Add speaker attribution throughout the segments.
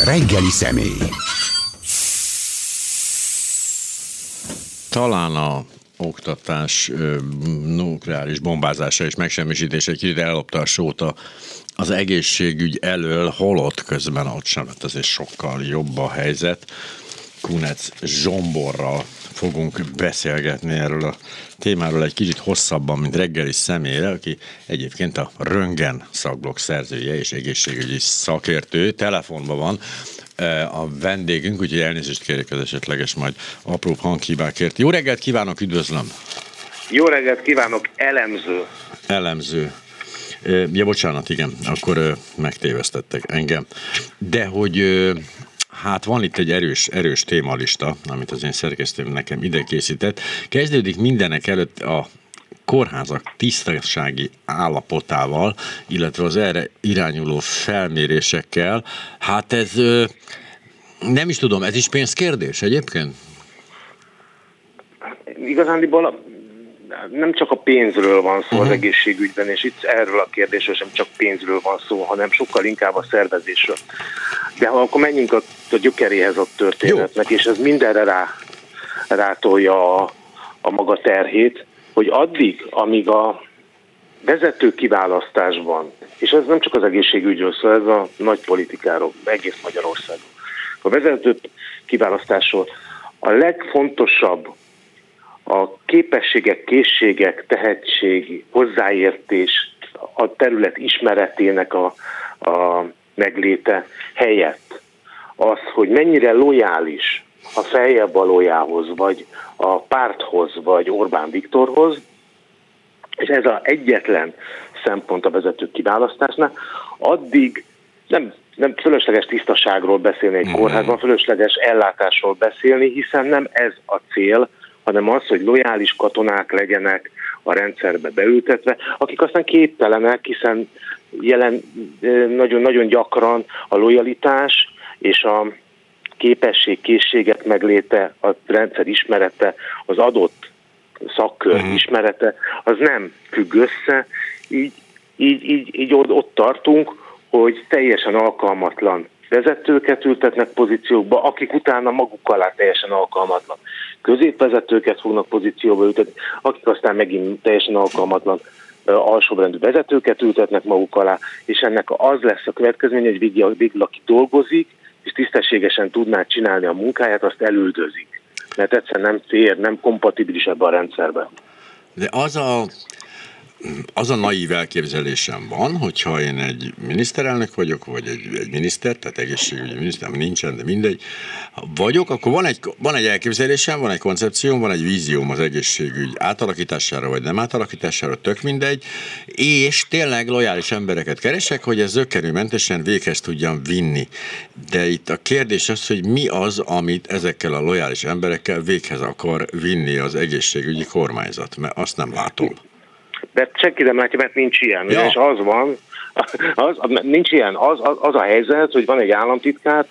Speaker 1: Reggeli személy.
Speaker 2: Talán a oktatás nukleáris bombázása és megsemmisítése egy kicsit ellopta a sót az egészségügy elől, holott közben ott sem, hát azért sokkal jobb a helyzet. Kunec Zsomborral fogunk beszélgetni erről a témáról egy kicsit hosszabban, mint Reggeli személyre, aki egyébként a Röntgen szakblokk szerzője és egészségügyi szakértő. Telefonban van a vendégünk, úgyhogy elnézést kérjük az esetleges majd apróbb hanghibákért. Jó reggelt kívánok, üdvözlöm!
Speaker 3: Jó reggelt kívánok, elemző.
Speaker 2: Ja, bocsánat, igen, akkor megtévesztettek engem. De hogy hát van itt egy erős témalista, amit az én szerkesztőm nekem ide készített. Kezdődik mindenek előtt a kórházak tisztasági állapotával, illetve az erre irányuló felmérésekkel. Hát ez nem is tudom, ez is pénzkérdés egyébként?
Speaker 3: Igazándiból nem csak a pénzről van szó az egészségügyben, és itt erről a kérdésről sem csak pénzről van szó, hanem sokkal inkább a szervezésről. De ha akkor menjünk a gyökeréhez a történetnek, és ez mindenre rátolja a maga terhét, hogy addig, amíg a vezető kiválasztásban, és ez nem csak az egészségügyről szól, ez a nagy politikáról, egész Magyarországon. A vezető kiválasztásról a legfontosabb a képességek, készségek, tehetség, hozzáértés, a terület ismeretének a megléte helyett az, hogy mennyire lojális a feljebb valójához, vagy a párthoz, vagy Orbán Viktorhoz, és ez az egyetlen szempont a vezető kiválasztásnál, addig nem fölösleges tisztaságról beszélni egy kórházban, fölösleges ellátásról beszélni, hiszen nem ez a cél, hanem az, hogy lojális katonák legyenek a rendszerbe beültetve, akik aztán képtelenek, hiszen nagyon-nagyon gyakran a lojalitás és a képesség, készségek megléte, a rendszer ismerete, az adott szakkör ismerete, az nem függ össze, így ott tartunk, hogy teljesen alkalmatlan vezetőket ültetnek pozíciókba, akik utána maguk alá teljesen alkalmatlan középvezetőket fognak pozícióba ültetni, akik aztán megint teljesen alkalmatlan alsóbrendű vezetőket ültetnek maguk alá, és ennek az lesz a következménye, hogy végül aki dolgozik, és tisztességesen tudná csinálni a munkáját, azt elüldözik. Mert egyszerűen nem fér, nem kompatibilis ebbe a rendszerbe.
Speaker 2: De az a naív elképzelésem van, hogyha én egy miniszterelnök vagyok, vagy egy miniszter, tehát egészségügyi miniszter, nincsen, de mindegy, vagyok, akkor van egy elképzelésem, van egy koncepcióm, van egy vízióm az egészségügy átalakítására, vagy nem átalakítására, tök mindegy, és tényleg lojális embereket keresek, hogy ez zökkenőmentesen véghez tudjam vinni. De itt a kérdés az, hogy mi az, amit ezekkel a lojális emberekkel véghez akar vinni az egészségügyi kormányzat, mert azt nem látom.
Speaker 3: De senki nem látja, mert nincs ilyen. Ja. És az van, nincs ilyen. Az a helyzet, hogy van egy államtitkár,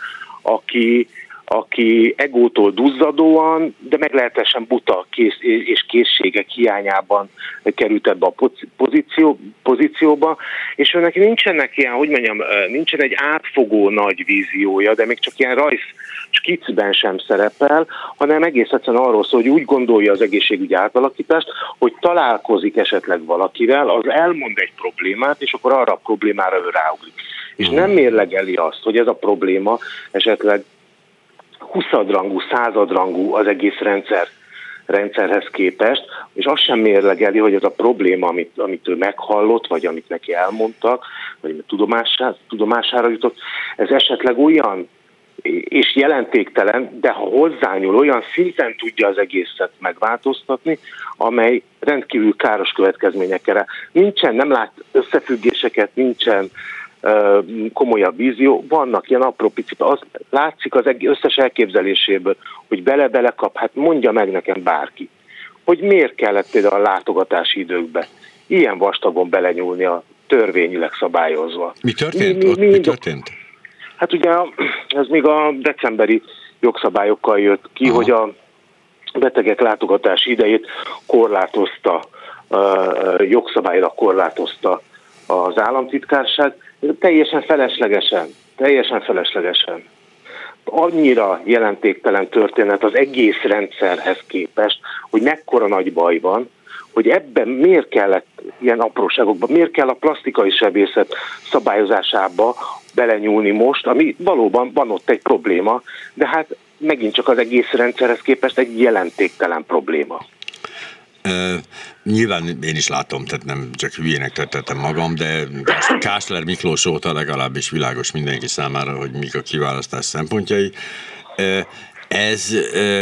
Speaker 3: aki egótól duzzadóan, de meglehetősen buta és készségek hiányában került ebbe a pozícióba, és őnek nincsenek ilyen, nincsen egy átfogó nagy víziója, de még csak ilyen rajz skicben sem szerepel, hanem egész egyszerűen arról szól, hogy úgy gondolja az egészségügyi átalakítást, hogy találkozik esetleg valakivel, az elmond egy problémát, és akkor arra a problémára ő ráugrik. És nem mérlegeli azt, hogy ez a probléma esetleg 20-rangú, 100-rangú az egész rendszerhez képest, és azt sem mérlegeli, hogy ez a probléma, amit ő meghallott, vagy amit neki elmondtak, vagy tudomására jutott, ez esetleg olyan és jelentéktelen, de ha hozzányúl, olyan szinten tudja az egészet megváltoztatni, amely rendkívül káros következményekkel. Nem lát összefüggéseket, nincsen komolyabb vízió, vannak ilyen apró picit, az látszik az összes elképzeléséből, hogy bele-bele kap, hát mondja meg nekem bárki, hogy miért kellett például a látogatási időkbe ilyen vastagon belenyúlni a törvényileg szabályozva.
Speaker 2: Mi történt? Mi történt?
Speaker 3: Hát ugye ez még a decemberi jogszabályokkal jött ki, hogy a betegek látogatási idejét jogszabályra korlátozta az államtitkárság, teljesen feleslegesen. annyira jelentéktelen történet az egész rendszerhez képest, hogy mekkora nagy baj van, hogy ebben miért kellett ilyen apróságokban, miért kell a plastikai sebészet szabályozásába belenyúlni most, ami valóban van ott egy probléma, de hát megint csak az egész rendszerhez képest egy jelentéktelen probléma.
Speaker 2: Nyilván én is látom, tehát nem csak hülyének tettem magam, de Kásler Miklós óta legalábbis világos mindenki számára, hogy mik a kiválasztás szempontjai. Ez,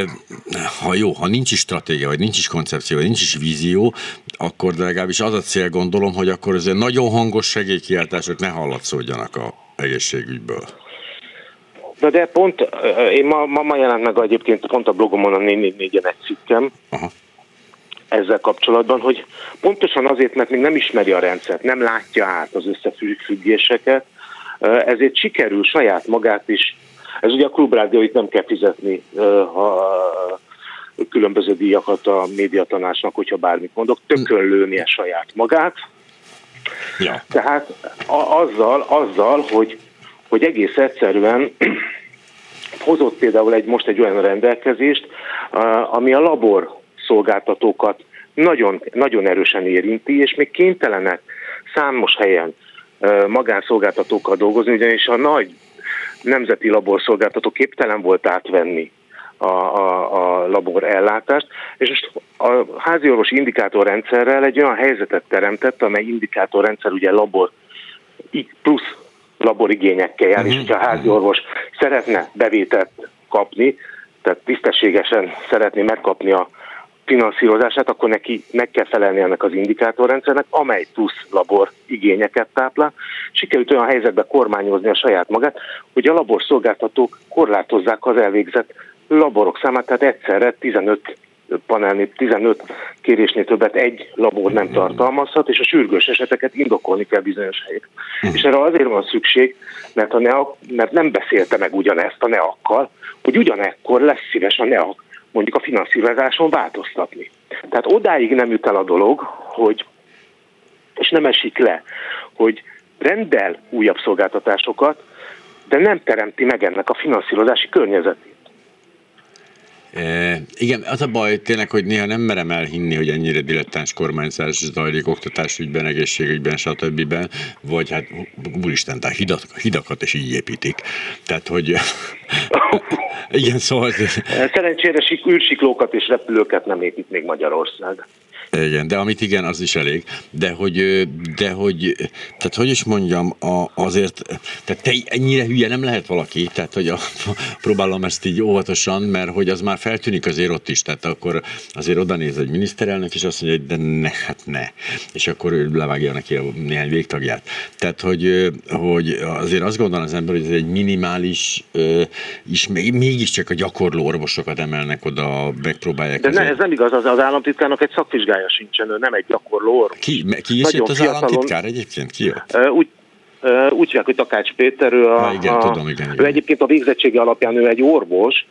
Speaker 2: ha nincs is stratégia, vagy nincs is koncepció, vagy nincs is vízió, akkor legalábbis az a cél, gondolom, hogy akkor azért nagyon hangos segélykiáltások ne hallatszódjanak az egészségügyből.
Speaker 3: De pont, én ma jelent meg egyébként pont a blogomon a 444-en egy cikkem, ezzel kapcsolatban, hogy pontosan azért, mert még nem ismeri a rendszert, nem látja át az összefüggéseket, ezért sikerül saját magát is, ez ugye a klubrádióit nem kell fizetni különböző díjakat a médiatanácsnak, hogyha bármit mondok, tökön lőnie saját magát. Ja. Tehát azzal hogy egész egyszerűen hozott például most egy olyan rendelkezést, ami a labor szolgáltatókat nagyon, nagyon erősen érinti, és még kénytelenek számos helyen magánszolgáltatókkal dolgozni, ugyanis a nagy nemzeti laborszolgáltató képtelen volt átvenni a labor ellátást, és most a háziorvosi indikátorrendszerrel egy olyan helyzetet teremtett, amely indikátorrendszer ugye labor plusz laborigényekkel jár, és hogyha a háziorvos szeretne bevételt kapni, tehát tisztességesen szeretné megkapni a finanszírozását, akkor neki meg kell felelni ennek az indikátorrendszernek, amely plusz labor igényeket táplál. Sikerült olyan helyzetbe kormányozni a saját magát, hogy a laborszolgáltatók korlátozzák az elvégzett laborok számát, tehát egyszerre 15 kérésnél többet egy labor nem tartalmazhat, és a sürgős eseteket indokolni kell bizonyos helyek. És erre azért van szükség, mert nem beszélte meg ugyanezt a NEAK-kal, hogy ugyanekkor lesz szíves a NEAK mondjuk a finanszírozáson változtatni. Tehát odáig nem jut el a dolog, és nem esik le, hogy rendel újabb szolgáltatásokat, de nem teremti meg ennek a finanszírozási környezetét.
Speaker 2: Igen, az a baj tényleg, hogy néha nem merem elhinni, hogy ennyire dilettáns kormányzás zajlik oktatásügyben, egészségügyben, stb. Vagy hát úristen, tehát hidakat is így építik. Tehát, hogy igen, szóval...
Speaker 3: Szerencsére űrsiklókat és repülőket nem épít még Magyarország.
Speaker 2: Igen, de amit igen, az is elég. De hogy tehát hogy is mondjam, azért, tehát ennyire hülye nem lehet valaki, tehát hogy próbálom ezt így óvatosan, mert hogy az már feltűnik azért ott is, tehát akkor azért oda néz egy miniszterelnök, és azt mondja, hogy de ne. És akkor ő levágja neki a néhány végtagját. Tehát, hogy azért azt gondolom az ember, hogy ez egy minimális, és mégiscsak a gyakorló orvosokat emelnek oda, megpróbálják. De
Speaker 3: ez nem igaz, az államtitkárnak egy szakvizsgája sincsen, ő nem egy gyakorló orvos.
Speaker 2: Ki is jött az államtitkár egyébként? Ki jött?
Speaker 3: Úgy hívják, hogy Takács Péter,
Speaker 2: tudom.
Speaker 3: Ő egyébként a végzettsége alapján ő egy orvos,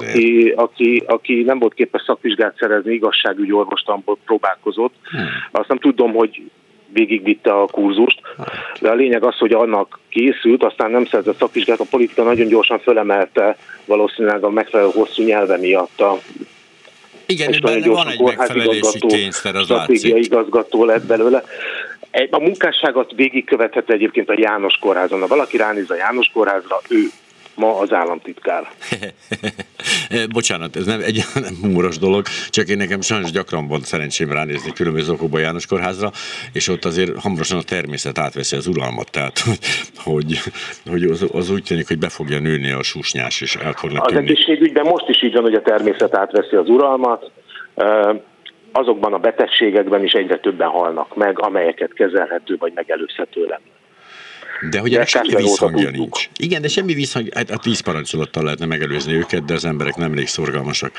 Speaker 3: aki nem volt képes szakvizsgát szerezni, igazságügyi orvostamból próbálkozott. Azt nem tudom, hogy végigvitte a kurzust, de a lényeg az, hogy annak készült, aztán nem szerzett szakvizsgát, a politika nagyon gyorsan fölemelte valószínűleg a megfelelő hosszú nyelve miatt
Speaker 2: igen, benne van egy megfelelési kényszer, az
Speaker 3: stratégiai igazgató lett belőle. A munkásságot végigkövethet egyébként a János Kórházon. Ha valaki ránéz a János Kórházra, ő ma az államtitkár.
Speaker 2: Bocsánat, ez nem egy humoros dolog, csak én nekem sajnos gyakran volt szerencsém ránézni különböző okokban János Kórházra, és ott azért hamarosan a természet átveszi az uralmat, tehát hogy az úgy tűnik, hogy be fogja nőni a susnyás, és el fognak tűnni.
Speaker 3: Az egészségügyben most is így van, hogy a természet átveszi az uralmat, azokban a betegségekben is egyre többen halnak meg, amelyeket kezelhető vagy megelőzhető lenne.
Speaker 2: De hogy ennek semmi visszhangja nincs. Igen, de semmi visszhangja, hát a 10 parancsolattal lehetne megelőzni őket, de az emberek nem elég szorgalmasak.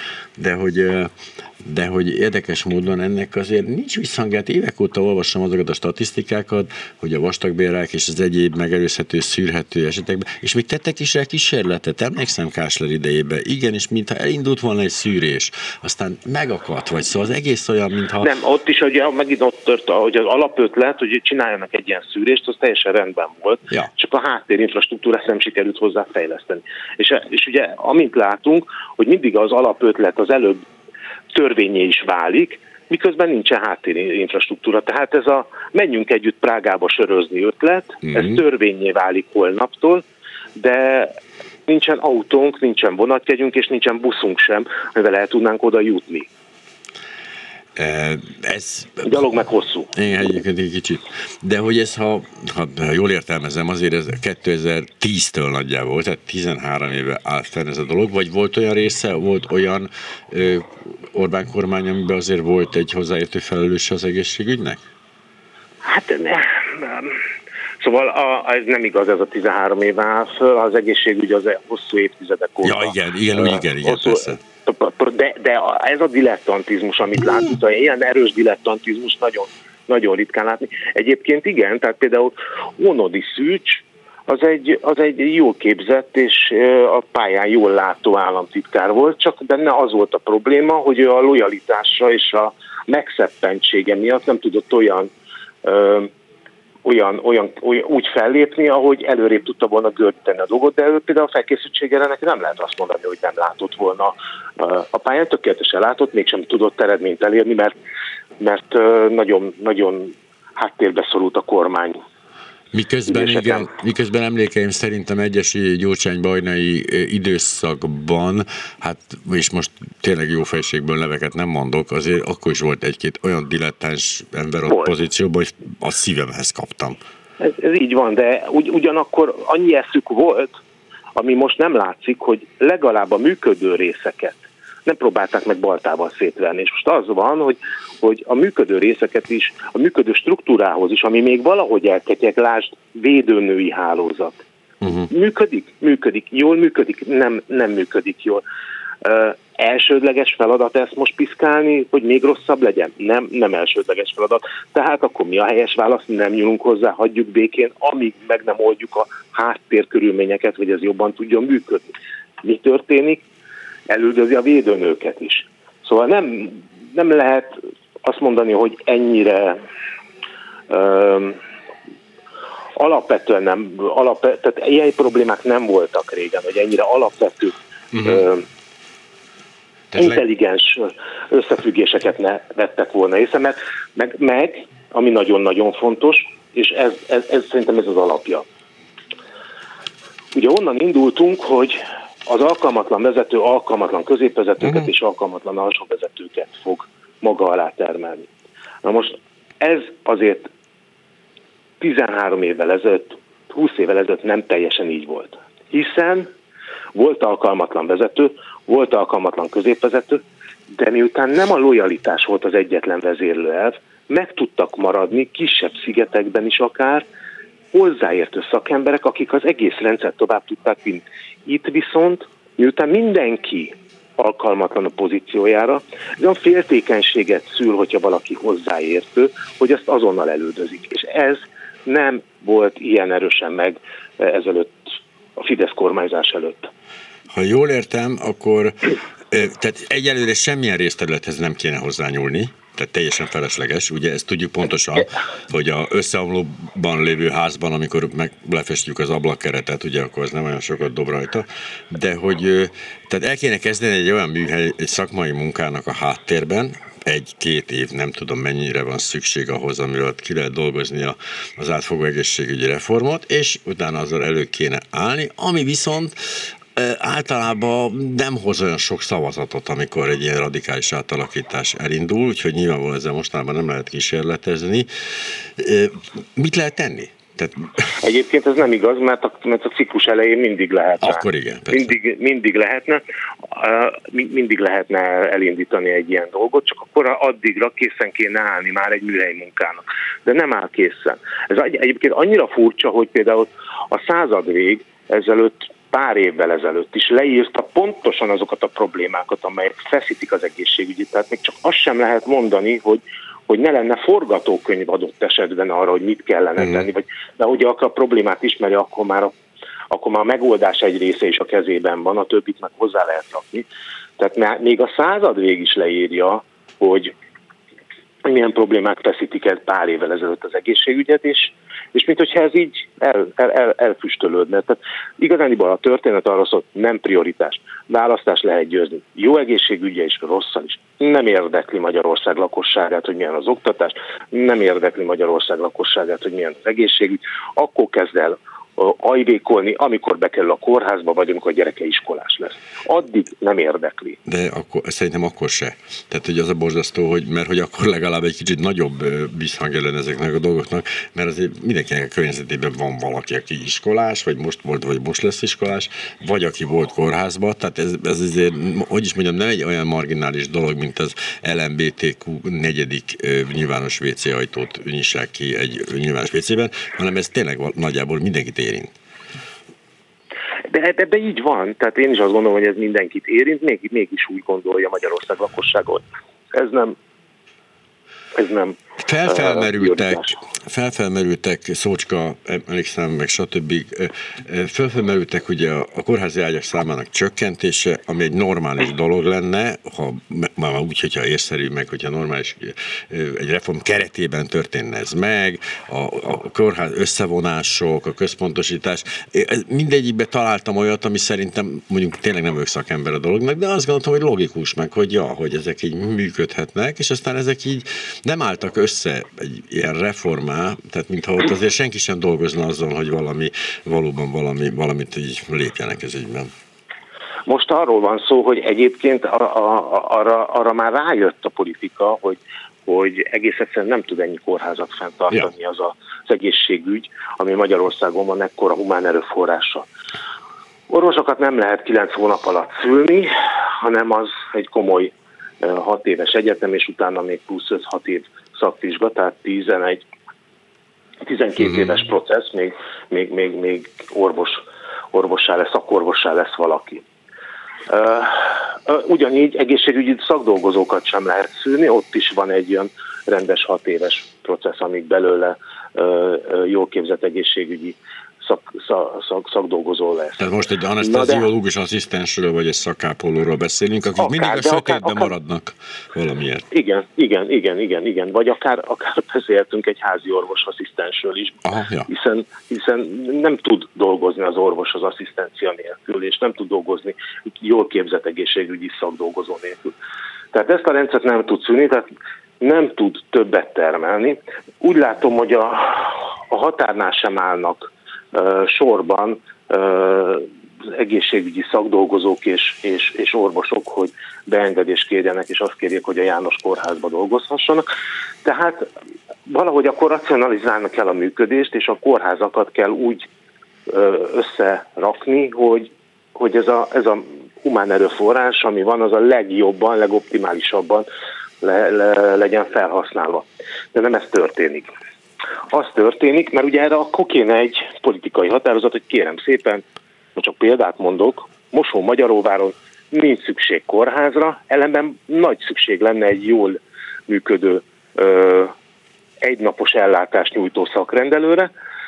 Speaker 2: De hogy érdekes módon ennek azért nincs visszhangja. Hát évek óta olvasom azokat a statisztikákat, hogy a vastagbélrák és az egyéb megelőzhető, szűrhető esetekben, és még tettek is rá kísérletet, emlékszem Kásler idejében, igen, és mintha elindult volna egy szűrés, aztán megakadt, vagy szóval az egész olyan, mintha...
Speaker 3: Nem, ott is, hogy megint ott tört, hogy az alapötlet, hogy csináljanak egy ilyen szűrést, az teljesen rendben volt. volt, csak a háttérinfrastruktúrát nem sikerült hozzá fejleszteni. És ugye, amint látunk, hogy mindig az alapötlet az előbb törvényé is válik, miközben nincsen háttérinfrastruktúra. Tehát ez a menjünk együtt Prágába sörözni ötlet, ez törvényé válik holnaptól, de nincsen autónk, nincsen vonatjegyünk, és nincsen buszunk sem, amivel el tudnánk oda jutni. Gyalog meg hosszú.
Speaker 2: Igen, egyébként egy kicsit. De hogy ez, ha jól értelmezem, azért ez 2010-től nagyjából, tehát 13 éve állt fenn ez a dolog, vagy volt olyan része, volt olyan Orbán kormány, amiben azért volt egy hozzáértő felelős az egészségügynek?
Speaker 3: Hát nem. Szóval ez nem igaz, ez a 13 éve áll föl, az egészségügy az hosszú évtizedek óta.
Speaker 2: Ja, igen, persze.
Speaker 3: De ez a dilettantizmus, amit látunk, ilyen erős dilettantizmus nagyon, nagyon ritkán látni. Egyébként igen, tehát például Ónodi Szűcs az egy jól képzett és a pályán jól látó államtitkár volt, csak benne az volt a probléma, hogy ő a lojalitása és a megszeppentsége miatt nem tudott olyan úgy fellépni, ahogy előrébb tudta volna gördíteni a dolgot, de ő például a felkészültségére neki nem lehet azt mondani, hogy nem látott volna a pályán, tökéletesen látott, mégsem tudott eredményt elérni, mert nagyon, nagyon háttérbe szorult a kormány.
Speaker 2: Miközben emlékeim szerint a Megyesi Gyurcsány-Bajnai időszakban, hát és most tényleg jó fejségből neveket nem mondok, azért akkor is volt egy-két olyan dilettáns ember ott pozícióban, hogy a szívemhez kaptam.
Speaker 3: Ez így van, de ugyanakkor annyi eszük volt, ami most nem látszik, hogy legalább a működő részeket nem próbálták meg baltával szétverni. És most az van, hogy a működő részeket is, a működő struktúrához is, ami még valahogy elketyeg, lásd, védőnői hálózat. Működik, jól működik, nem működik jól. Elsődleges feladat ezt most piszkálni, hogy még rosszabb legyen? Nem elsődleges feladat. Tehát akkor mi a helyes válasz? Nem nyúlunk hozzá, hagyjuk békén, amíg meg nem oldjuk a háttérkörülményeket, hogy ez jobban tudjon működni. Mi történik? Elüldözi a védőnőket is. Szóval nem lehet azt mondani, hogy ennyire alapvetően tehát ilyen problémák nem voltak régen, hogy ennyire alapvető intelligens összefüggéseket ne vettek volna észre, mert meg ami nagyon-nagyon fontos, és ez szerintem ez az alapja. Ugye onnan indultunk, hogy az alkalmatlan vezető alkalmatlan középvezetőket és alkalmatlan alsóvezetőket fog maga alá termelni. Na most ez azért 13 évvel ezelőtt, 20 évvel ezelőtt nem teljesen így volt. Hiszen volt alkalmatlan vezető, volt alkalmatlan középvezető, de miután nem a lojalitás volt az egyetlen vezérlőelv, meg tudtak maradni kisebb szigetekben is akár hozzáértő szakemberek, akik az egész rendszert tovább tudták vinni. Itt viszont, miután mindenki alkalmatlan a pozíciójára, olyan féltékenységet szül, hogyha valaki hozzáértő, hogy ezt azonnal elüldözik. És ez nem volt ilyen erősen meg ezelőtt, a Fidesz kormányzás előtt.
Speaker 2: Ha jól értem, akkor tehát egyelőre semmilyen részterülethez nem kéne hozzányúlni, tehát teljesen felesleges, ugye ezt tudjuk pontosan, hogy az összeomlóban lévő házban, amikor lefestjük az ablakkeretet, ugye akkor az nem olyan sokat dob rajta, de hogy tehát el kéne kezdeni egy olyan műhely, egy szakmai munkának a háttérben, 1-2 év, nem tudom mennyire van szükség ahhoz, amiről ki lehet dolgozni az átfogó egészségügyi reformot, és utána azzal elő kéne állni, ami viszont általában nem hoz olyan sok szavazatot, amikor egy ilyen radikális átalakítás elindul, úgyhogy nyilvánvalóan ezzel mostanában nem lehet kísérletezni. Mit lehet tenni?
Speaker 3: Egyébként ez nem igaz, mert a ciklus elején mindig lehet.
Speaker 2: Akkor igen.
Speaker 3: Mindig lehetne elindítani egy ilyen dolgot, csak akkor addigra készen kéne állni már egy műhely munkának. De nem áll készen. Ez egyébként annyira furcsa, hogy például a századvég ezelőtt, pár évvel ezelőtt is leírta pontosan azokat a problémákat, amelyek feszítik az egészségügyet. Tehát még csak azt sem lehet mondani, hogy ne lenne forgatókönyv adott esetben arra, hogy mit kellene tenni, de ugye akkor a problémát ismeri, akkor már a megoldás egy része is a kezében van, a többit meg hozzá lehet rakni. Tehát még a századvég is leírja, hogy milyen problémák feszítik el pár évvel ezelőtt az egészségügyet, És mint hogyha ez így elfüstölődne. Tehát igazániból a történet arról szól, nem prioritás. Választást lehet győzni. Jó egészségügye is, rosszal is. Nem érdekli Magyarország lakosságát, hogy milyen az oktatás, nem érdekli Magyarország lakosságát, hogy milyen az egészségügy. Akkor kezd el ajvékolni, amikor bekerül a kórházba, vagy amikor a gyereke iskolás lesz. Addig nem érdekli.
Speaker 2: De akkor, szerintem akkor se. Tehát, hogy az a borzasztó, hogy akkor legalább egy kicsit nagyobb visszhangja lenne ezeknek a dolgoknak, mert azért mindenkinek a környezetében van valaki, aki iskolás, vagy most volt, vagy most lesz iskolás, vagy aki volt kórházban. Tehát ez azért, hogy is mondjam, nem egy olyan marginális dolog, mint az LMBTQ 4. nyilvános WC ajtót nyissák ki egy nyilvános WC-ben, hanem ez tényleg nagyjából mindenkit érint.
Speaker 3: De így van, tehát én is azt gondolom, hogy ez mindenkit érint, mégis úgy gondolja Magyarország lakosságot. Ez nem
Speaker 2: Felfelmerültek, Szócska, emlékszem, meg stb. Felfelmerültek ugye a kórházi ágyak számának csökkentése, ami egy normális dolog lenne, ha már úgy, hogyha észszerű, meg hogyha normális egy reform keretében történne ez meg, a kórház összevonások, a központosítás. Mindegyikben találtam olyat, ami szerintem mondjuk tényleg nem vagyok szakember a dolognak, de azt gondoltam, hogy logikus meg, hogy ezek így működhetnek, és aztán ezek így nem álltak össze egy ilyen reformá, tehát mintha ott azért senki sem dolgozna azon, hogy valóban valamit így lépjenek ez ügyben.
Speaker 3: Most arról van szó, hogy egyébként arra már rájött a politika, hogy egész egyszerűen nem tud ennyi kórházat fenntartani az egészségügy, ami Magyarországon van ekkora humán erőforrása. Orvosokat nem lehet 9 hónap alatt szülni, hanem az egy komoly 6 éves egyetem, és utána még plusz 6 év szakvizsga, tehát 12 éves processz, még orvossá lesz, szakorvossá lesz valaki. Ugyanígy egészségügyi szakdolgozókat sem lehet szülni, ott is van egy olyan rendes 6 éves processz, amíg belőle jól képzett egészségügyi szakdolgozó lesz.
Speaker 2: Tehát most egy aneszteziológus asszisztensről vagy egy szakápolóról beszélünk, akik mindig a sötétben maradnak valamiért.
Speaker 3: Igen. Vagy akár beszéltünk egy házi orvos asszisztensről is, hiszen nem tud dolgozni az orvos az asszisztencia nélkül, és nem tud dolgozni jól képzett egészségügyi szakdolgozó nélkül. Tehát ezt a rendszert nem tud szűnni, tehát nem tud többet termelni. Úgy látom, hogy a határnál sem állnak sorban az egészségügyi szakdolgozók és orvosok, hogy beengedést kérjenek, és azt kérjék, hogy a János kórházba dolgozhassanak. Tehát valahogy akkor racionalizálni kell a működést, és a kórházakat kell úgy összerakni, hogy ez a humán erőforrás, ami van, az a legjobban, legoptimálisabban legyen felhasználva. De nem ez történik. Az történik, mert ugye erre akkor kéne egy politikai határozat, hogy kérem szépen, csak példát mondok, Mosón-Magyaróváron nincs szükség kórházra, ellenben nagy szükség lenne egy jól működő egynapos ellátást nyújtó szakrendelőre,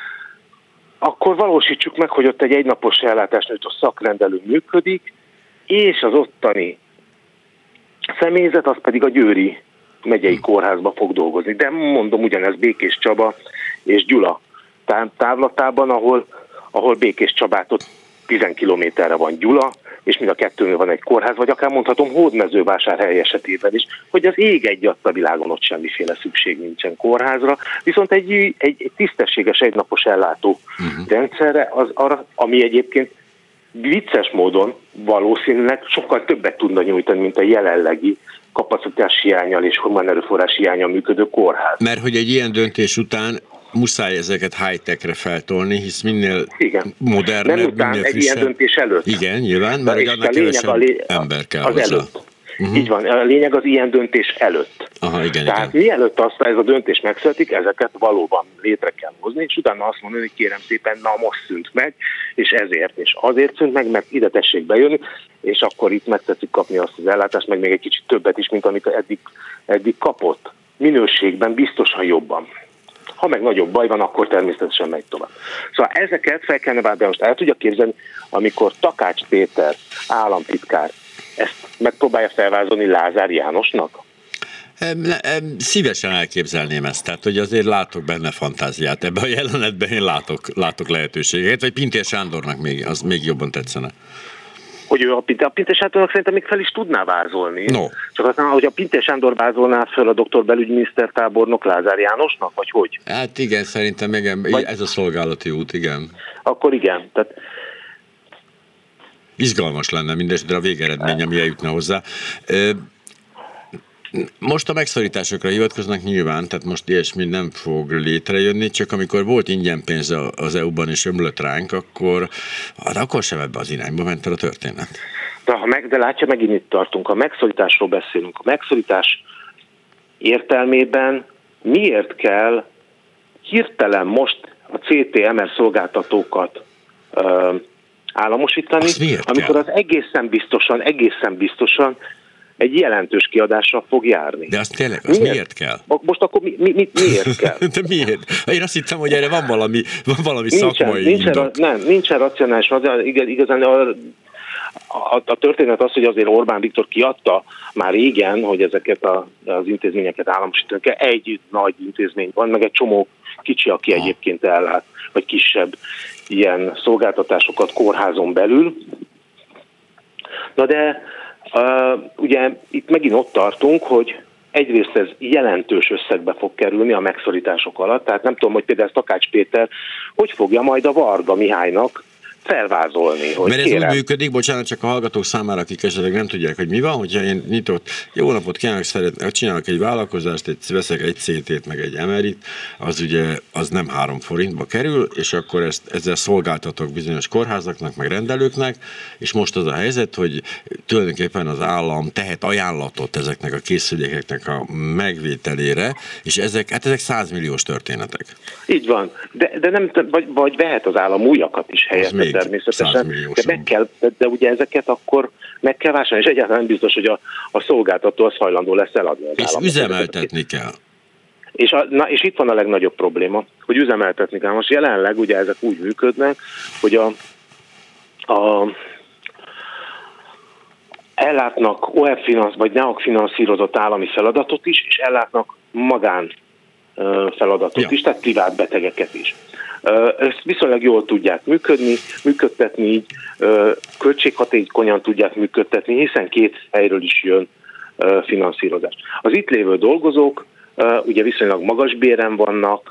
Speaker 3: akkor valósítsuk meg, hogy ott egy egynapos ellátást nyújtó szakrendelő működik, és az ottani személyzet, az pedig a győri megyei kórházba fog dolgozni. De mondom, ugyanez Békés Csaba és Gyula távlatában, ahol Békés Csabától 10 kilométerre van Gyula, és mind a kettőnél van egy kórház, vagy akár mondhatom Hódmezővásárhely esetében is, hogy az ég egyatt a világon ott semmiféle szükség nincsen kórházra, viszont egy tisztességes egynapos ellátó rendszerre, ami egyébként vicces módon valószínűleg sokkal többet tudna nyújtani, mint a jelenlegi kapacitás hiánnyal és humán erőforrás hiánnyal működő kórház.
Speaker 2: Mert hogy egy ilyen döntés után muszáj ezeket high-techre feltolni, hisz minél modernebb,
Speaker 3: nem után,
Speaker 2: minél frissebb.
Speaker 3: Egy ilyen döntés előtt.
Speaker 2: Igen, nyilván, mert annak kevesebb ember kell hozzá.
Speaker 3: Előtt. Így van, a lényeg az ilyen döntés előtt.
Speaker 2: Aha, igen,
Speaker 3: tehát mielőtt aztán ez a döntés megszületik, ezeket valóban létre kell hozni, és utána azt mondani, hogy kérem szépen, na most szűnt meg, és ezért, és azért szűnt meg, mert ide tessék bejönni, és akkor itt meg tetszik kapni azt az ellátást, meg még egy kicsit többet is, mint amit eddig kapott. Minőségben biztosan jobban. Ha meg nagyobb baj van, akkor természetesen megy tovább. Szóval ezeket fel kellene válni, most el tudja képzelni, amikor Takács Péter államtitkár ezt megpróbálja felvázolni Lázár Jánosnak?
Speaker 2: Szívesen elképzelném ezt, tehát hogy azért látok benne fantáziát. Ebben a jelenetben én látok lehetőséget, vagy Pintér Sándornak az még jobban tetszene.
Speaker 3: Hogy ő a Pintér Sándornak szerintem még fel is tudná vázolni.
Speaker 2: No.
Speaker 3: Csak aztán, hogy a Pintér Sándor vázolná fel a doktor belügyminiszter tábornok Lázár Jánosnak, vagy hogy?
Speaker 2: Hát igen, szerintem ez a szolgálati út, igen.
Speaker 3: Akkor igen. Tehát
Speaker 2: izgalmas lenne mindesetre a végeredmény, ami eljutna hozzá. Most a megszorításokra hivatkoznak nyilván, tehát most ilyesmi nem fog létrejönni, csak amikor volt ingyen pénz az EU-ban és ömlött ránk, akkor sem ebbe az irányba ment el a történet.
Speaker 3: De látja, megint itt tartunk. A megszorításról beszélünk. A megszorítás értelmében miért kell hirtelen most a CTMR szolgáltatókat államosítani, amikor az egészen biztosan egy jelentős kiadással fog járni.
Speaker 2: De azt tényleg, miért kell?
Speaker 3: Most akkor miért kell?
Speaker 2: De miért? Én azt hittem, hogy erre van valami szakmai indok.
Speaker 3: Nincsen racionális. Igazán a történet az, hogy azért Orbán Viktor kiadta már régen, hogy ezeket az intézményeket államosítani kell. Egy nagy intézmény van, meg egy csomó kicsi, aki egyébként ellát, vagy kisebb ilyen szolgáltatásokat kórházon belül. Na de ugye itt megint ott tartunk, hogy egyrészt ez jelentős összegbe fog kerülni a megszorítások alatt, tehát nem tudom, hogy például Takács Péter hogy fogja majd a Varga Mihálynak felvázolni. Hogy
Speaker 2: mert ez úgy működik, bocsánat, csak a hallgatók számára, akik esetleg nem tudják, hogy mi van, hogyha én jó napot kívánok, csinálok egy vállalkozást, veszek egy CT-t, meg egy MRI-t, az ugye az nem 3 forintba kerül, és akkor ezzel szolgáltatok bizonyos kórházaknak, meg rendelőknek, és most az a helyzet, hogy tulajdonképpen az állam tehet ajánlatot ezeknek a készülékeknek a megvételére, és ezek 100 milliós történetek.
Speaker 3: Így van, de nem, vagy vehet az állam újakat is helyette. Természetesen, de ugye ezeket akkor meg kell vásárolni, és egyáltalán nem biztos, hogy a szolgáltató az hajlandó lesz eladni az államot.
Speaker 2: És üzemeltetni kell.
Speaker 3: És itt van a legnagyobb probléma, hogy üzemeltetni kell. Most jelenleg ugye ezek úgy működnek, hogy ellátnak OEF vagy NEAK finanszírozott állami feladatot is, és ellátnak magán feladatot is, tehát privát betegeket is. Ezt viszonylag jól tudják működtetni, így költséghatékonyan tudják működtetni, hiszen 2 helyről is jön finanszírozás. Az itt lévő dolgozók ugye viszonylag magas béren vannak,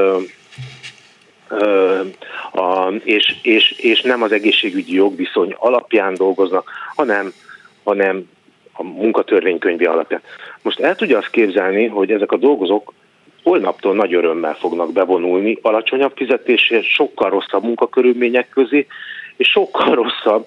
Speaker 3: és nem az egészségügyi jogviszony alapján dolgoznak, hanem a munkatörvénykönyvi alapján. Most el tudja azt képzelni, hogy ezek a dolgozók holnaptól nagy örömmel fognak bevonulni alacsonyabb fizetésért, sokkal rosszabb munkakörülmények közé, és sokkal rosszabb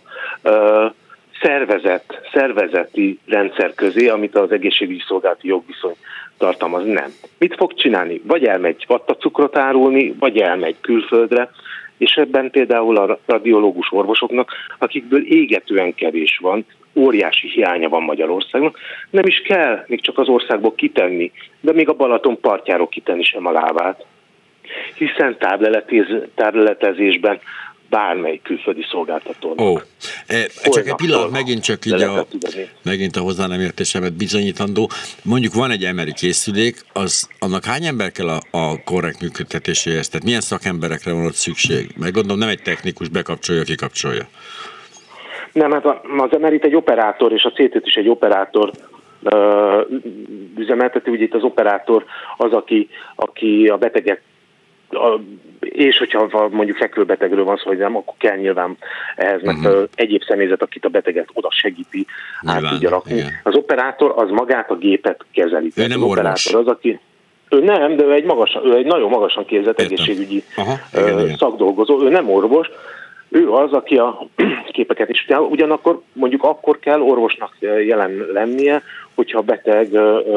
Speaker 3: szervezeti rendszer közé, amit az egészségügyi szolgálati jogviszony tartalmaz. Nem. Mit fog csinálni? Vagy elmegy vattacukrot árulni, vagy elmegy külföldre, és ebben például a radiológus orvosoknak, akikből égetően kevés van, óriási hiánya van Magyarországnak, nem is kell még csak az országból kitenni, de még a Balaton partjáról kitenni sem a lábát, hiszen tábleletezésben bármely külföldi szolgáltatónak.
Speaker 2: Csak egy pillanat, megint a hozzá nem értésemet bizonyítandó. Mondjuk van egy MRI készülék, annak hány ember kell a korrekt működtetéséhez? Tehát milyen szakemberekre van ott szükség? Meg gondolom nem egy technikus bekapcsolja, kikapcsolja.
Speaker 3: Nem, hát az MRI-t egy operátor, és a CT-t is egy operátor üzemelteti. Ugye itt az operátor az, aki a beteget, és hogyha mondjuk fekvőbetegről van szó, hogy nem, akkor kell nyilván ehhez meg egyéb személyzet, akit a beteget oda segíti, át tudja rakni. Igen. Az operátor az magát a gépet kezeli.
Speaker 2: Ő nem orvos.
Speaker 3: Operátor az, aki ő nem, de ő egy nagyon magasan képzett egészségügyi szakdolgozó. Ő nem orvos, ő az, aki a képeket is tudja. Ugyanakkor mondjuk akkor kell orvosnak jelen lennie, hogyha a beteg,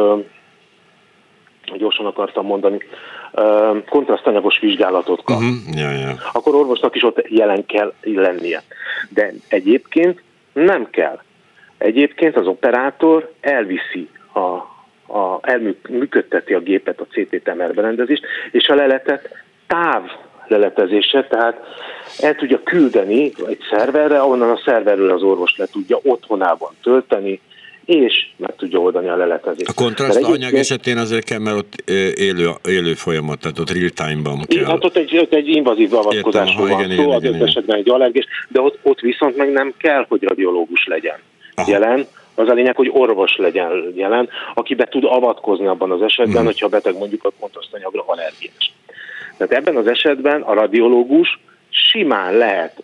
Speaker 3: gyorsan akartam mondani, kontrasztanyagos vizsgálatot kap. Akkor orvosnak is ott jelen kell lennie. De egyébként nem kell. Egyébként az operátor elviszi elműködteti a gépet, a CT-TMR berendezést, és a leletet távleletezésre, tehát el tudja küldeni egy szerverre, ahonnan a szerverről az orvos le tudja otthonában tölteni, és meg tudja oldani a leletezést.
Speaker 2: A kontraszt anyag esetén azért kell, mert ott élő folyamat, tehát ott real time-ban kell.
Speaker 3: Hát ott egy invazív beavatkozásról van szó, az esetben egy allergés, de ott viszont meg nem kell, hogy radiológus legyen jelen. Az a lényeg, hogy orvos legyen jelen, aki be tud avatkozni abban az esetben, hogyha a beteg mondjuk a kontrasztanyagra allergiás. Tehát ebben az esetben a radiológus simán lehet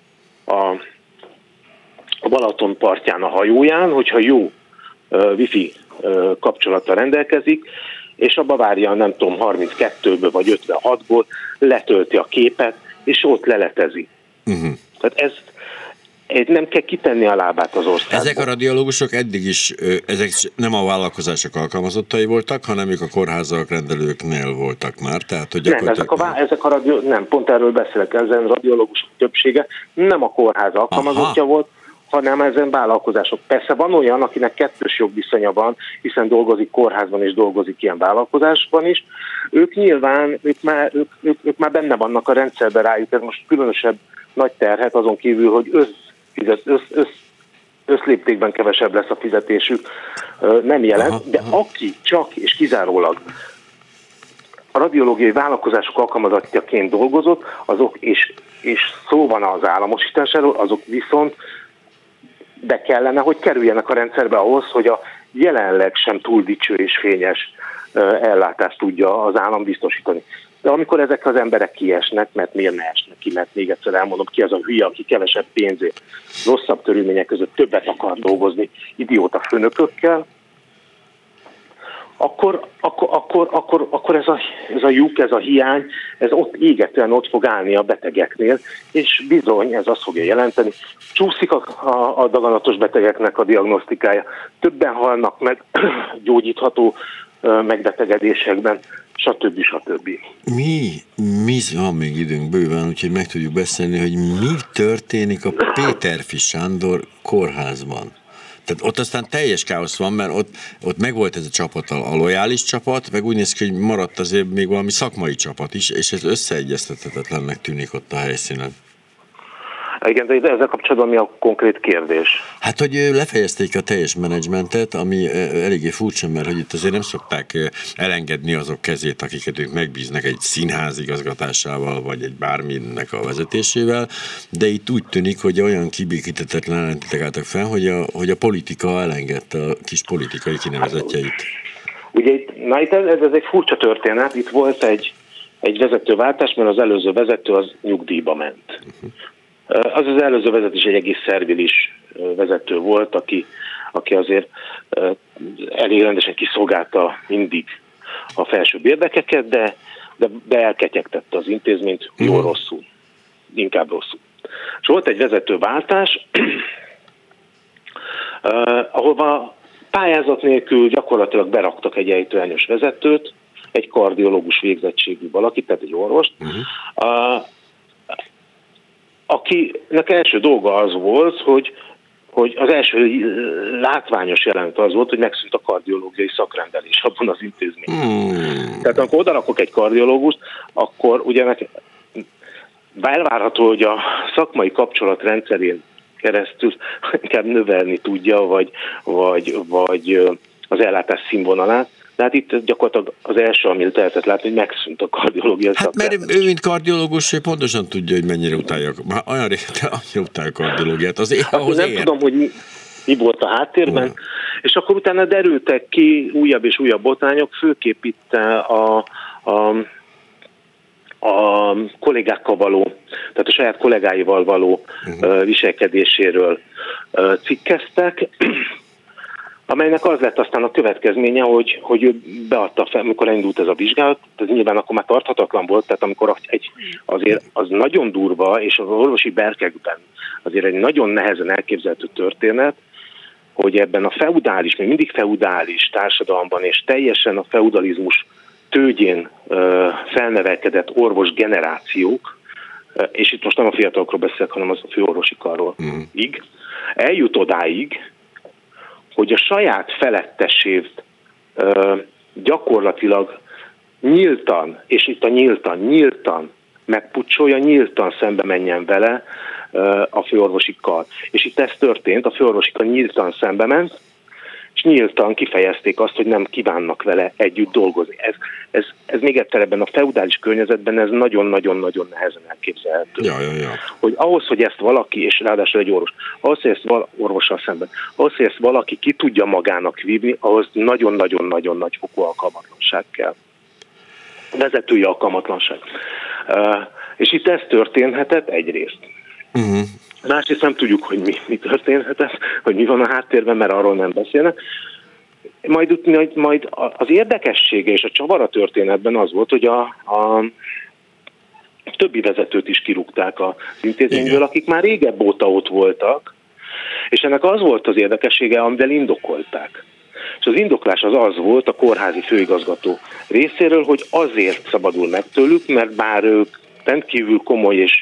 Speaker 3: a Balaton partján a hajóján, hogyha jó wifi kapcsolattal rendelkezik, és abba várja, nem tudom, 32-ből vagy 56-ból, letölti a képet, és ott leletezi. Tehát ezt nem kell kitenni a lábát az országból.
Speaker 2: Ezek a radiológusok eddig is, ezek nem a vállalkozások alkalmazottai voltak, hanem ők a kórházak rendelőknél voltak már. Tehát, hogy
Speaker 3: nem, pont erről beszélek, ezen radiológusok többsége nem a kórház alkalmazottja volt, hanem ezen vállalkozások. Persze van olyan, akinek kettős jogviszonya van, hiszen dolgozik kórházban és dolgozik ilyen vállalkozásban is. Ők nyilván, ők már benne vannak a rendszerben, rájuk, ez most különösebb nagy terhet, azon kívül, hogy összléptékben kevesebb lesz a fizetésük, nem jelent, de aki csak és kizárólag a radiológiai vállalkozások alkalmazottjaként dolgozott, azok, és szó van az államosításáról, azok viszont be kellene, hogy kerüljenek a rendszerbe ahhoz, hogy a jelenleg sem túl dicső és fényes ellátást tudja az állam biztosítani. De amikor ezek az emberek kiesnek, mert miért ne esnek ki, mert még egyszer elmondom, ki az a hülye, aki kevesebb pénzért, rosszabb körülmények között többet akar dolgozni idióta főnökökkel, akkor ez a lyuk, ez a hiány, ez ott égetően ott fog állni a betegeknél, és bizony ez azt fogja jelenteni, csúszik a daganatos betegeknek a diagnosztikája, többen halnak meg gyógyítható megbetegedésekben, stb.
Speaker 2: Mi van még időnk bőven, úgyhogy meg tudjuk beszélni, hogy mi történik a Péterfi Sándor kórházban. Tehát ott aztán teljes káosz van, mert ott megvolt ez a csapat, a lojális csapat, meg úgy néz ki, hogy maradt azért még valami szakmai csapat is, és ez összeegyeztethetetlennek tűnik ott a helyszínen.
Speaker 3: Igen, de ezzel kapcsolatban mi a konkrét kérdés?
Speaker 2: Hát, hogy lefejezték a teljes menedzsmentet, ami eléggé furcsa, mert hogy itt azért nem szokták elengedni azok kezét, akiket ők megbíznak egy színház igazgatásával, vagy egy bárminek a vezetésével, de itt úgy tűnik, hogy olyan kibékíthetetlen ellentétek álltak fel, hogy a politika elengedte a kis politikai kinevezetjeit.
Speaker 3: Ugye itt ez egy furcsa történet, itt volt egy vezetőváltás, mert az előző vezető az nyugdíjba ment. Az előző vezető is egy egész szervilis vezető volt, aki azért elég rendesen kiszolgálta mindig a felsőbb érdekeket, de elketyegtette az intézményt jó-rosszul, inkább rosszul. És volt egy vezetőváltás, ahova pályázat nélkül gyakorlatilag beraktak egy ejtőernyős vezetőt, egy kardiológus végzettségű valakit, tehát egy orvost, akinek első dolga az volt, hogy az első látványos jelenet az volt, hogy megszűnt a kardiológiai szakrendelés abban az intézményben. Tehát amikor odarakok egy kardiológust, akkor ugye elvárható, hogy a szakmai kapcsolat rendszerén keresztül inkább növelni tudja, vagy az ellátás színvonalát. De hát itt gyakorlatilag az első, amit lehetett látni, hogy megszűnt a kardiológia szakrendelés.
Speaker 2: Hát mert ő, mint kardiológus, ő pontosan tudja, hogy mennyire utálja, olyan régen utálja a kardiológiát.
Speaker 3: Nem tudom, hogy mi volt a háttérben, és akkor utána derültek ki újabb és újabb botrányok, főképp itt a kollégákkal való, tehát a saját kollégáival való viselkedéséről cikkeztek, amelynek az lett aztán a következménye, hogy ő beadta fel, amikor elindult ez a vizsgálat, ez nyilván akkor már tarthatatlan volt, tehát amikor azért az nagyon durva, és az orvosi berkekben azért egy nagyon nehezen elképzelhető történet, hogy ebben a feudális, még mindig feudális társadalomban, és teljesen a feudalizmus tőgyén felnevelkedett orvos generációk, és itt most nem a fiatalokról beszélek, hanem az a főorvosi karról, eljut odáig, hogy a saját felettesét gyakorlatilag nyíltan, és itt a nyíltan megpucsolja, nyíltan szembe menjen vele a főorvosi kar. És itt ez történt, a főorvosi kar nyíltan szembe ment, és nyíltan kifejezték azt, hogy nem kívánnak vele együtt dolgozni. Ez még egyszer ebben a feudális környezetben ez nagyon-nagyon-nagyon nehezen elképzelhető.
Speaker 2: Ja.
Speaker 3: Hogy ahhoz, hogy ezt valaki, és ráadásul egy orvos, ahhoz, hogy ezt orvossal szemben, ahhoz, hogy ezt valaki ki tudja magának vívni, ahhoz nagyon-nagyon-nagyon nagy fokú alkalmatlanság kell. Vezetői alkalmatlanság. És itt ez történhetett egyrészt. Másrészt nem tudjuk, hogy mi történhetett, hogy mi van a háttérben, mert arról nem beszélnek. Majd az érdekessége és a csavar a történetben az volt, hogy a többi vezetőt is kirúgták az intézményből, akik már régebb óta ott voltak, és ennek az volt az érdekessége, amivel indokolták. És az indoklás az volt a kórházi főigazgató részéről, hogy azért szabadul meg tőlük, mert bár ők rendkívül komoly és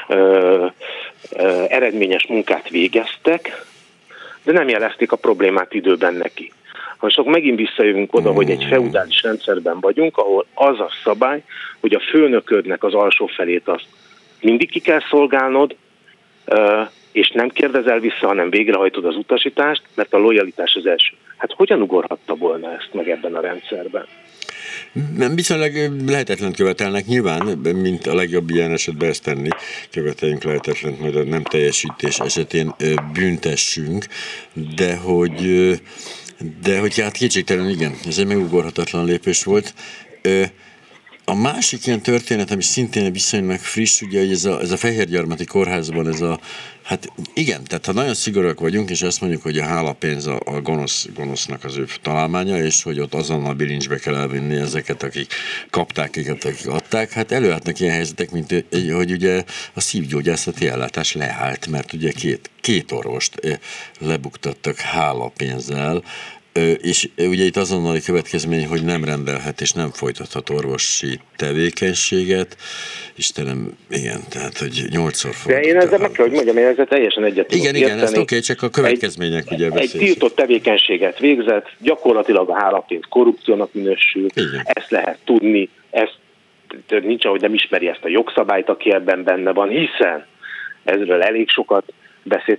Speaker 3: eredményes munkát végeztek, de nem jelezték a problémát időben neki. Most akkor megint visszajövünk oda, hogy egy feudális rendszerben vagyunk, ahol az a szabály, hogy a főnöködnek az alsó felét azt mindig ki kell szolgálnod, és nem kérdezel vissza, hanem végrehajtod az utasítást, mert a lojalitás az első. Hát hogyan ugorhatta volna ezt meg ebben a rendszerben?
Speaker 2: Viszonylag lehetetlen követelnek nyilván, mint a legjobb ilyen esetben ezt tenni. Követeljünk lehetetlen, majd a nem teljesítés esetén büntessünk, de hogy hát kétségtelen igen, ez egy megugorhatatlan lépés volt. A másik ilyen történet, ami szintén viszonylag friss, ugye, hogy ez a Fehérgyarmati kórházban hát igen, tehát ha nagyon szigorúak vagyunk, és azt mondjuk, hogy a hálapénz a gonosznak az ő találmánya, és hogy ott azonnal bilincsbe kell elvinni ezeket, akik kapták, akik adták, hát előállnak ilyen helyzetek, mint hogy ugye a szívgyógyászati ellátás leállt, mert ugye két orvost lebuktattak hálapénzzel, és ugye itt azonnali következmény, hogy nem rendelhet és nem folytathat orvosi tevékenységet. Istenem, igen, tehát, hogy 8-szor fordult.
Speaker 3: De én ezzel meg kell, hogy mondjam, én ezzel teljesen egyet tudok érteni.
Speaker 2: Igen, ezt oké, csak a következmények ugye beszélsz.
Speaker 3: Egy tiltott tevékenységet végzett, gyakorlatilag a hálapénz korrupciónak minősül, igen. Ezt lehet tudni, nincs, ahogy nem ismeri ezt a jogszabályt, aki ebben benne van, hiszen ezről elég sokat beszélt.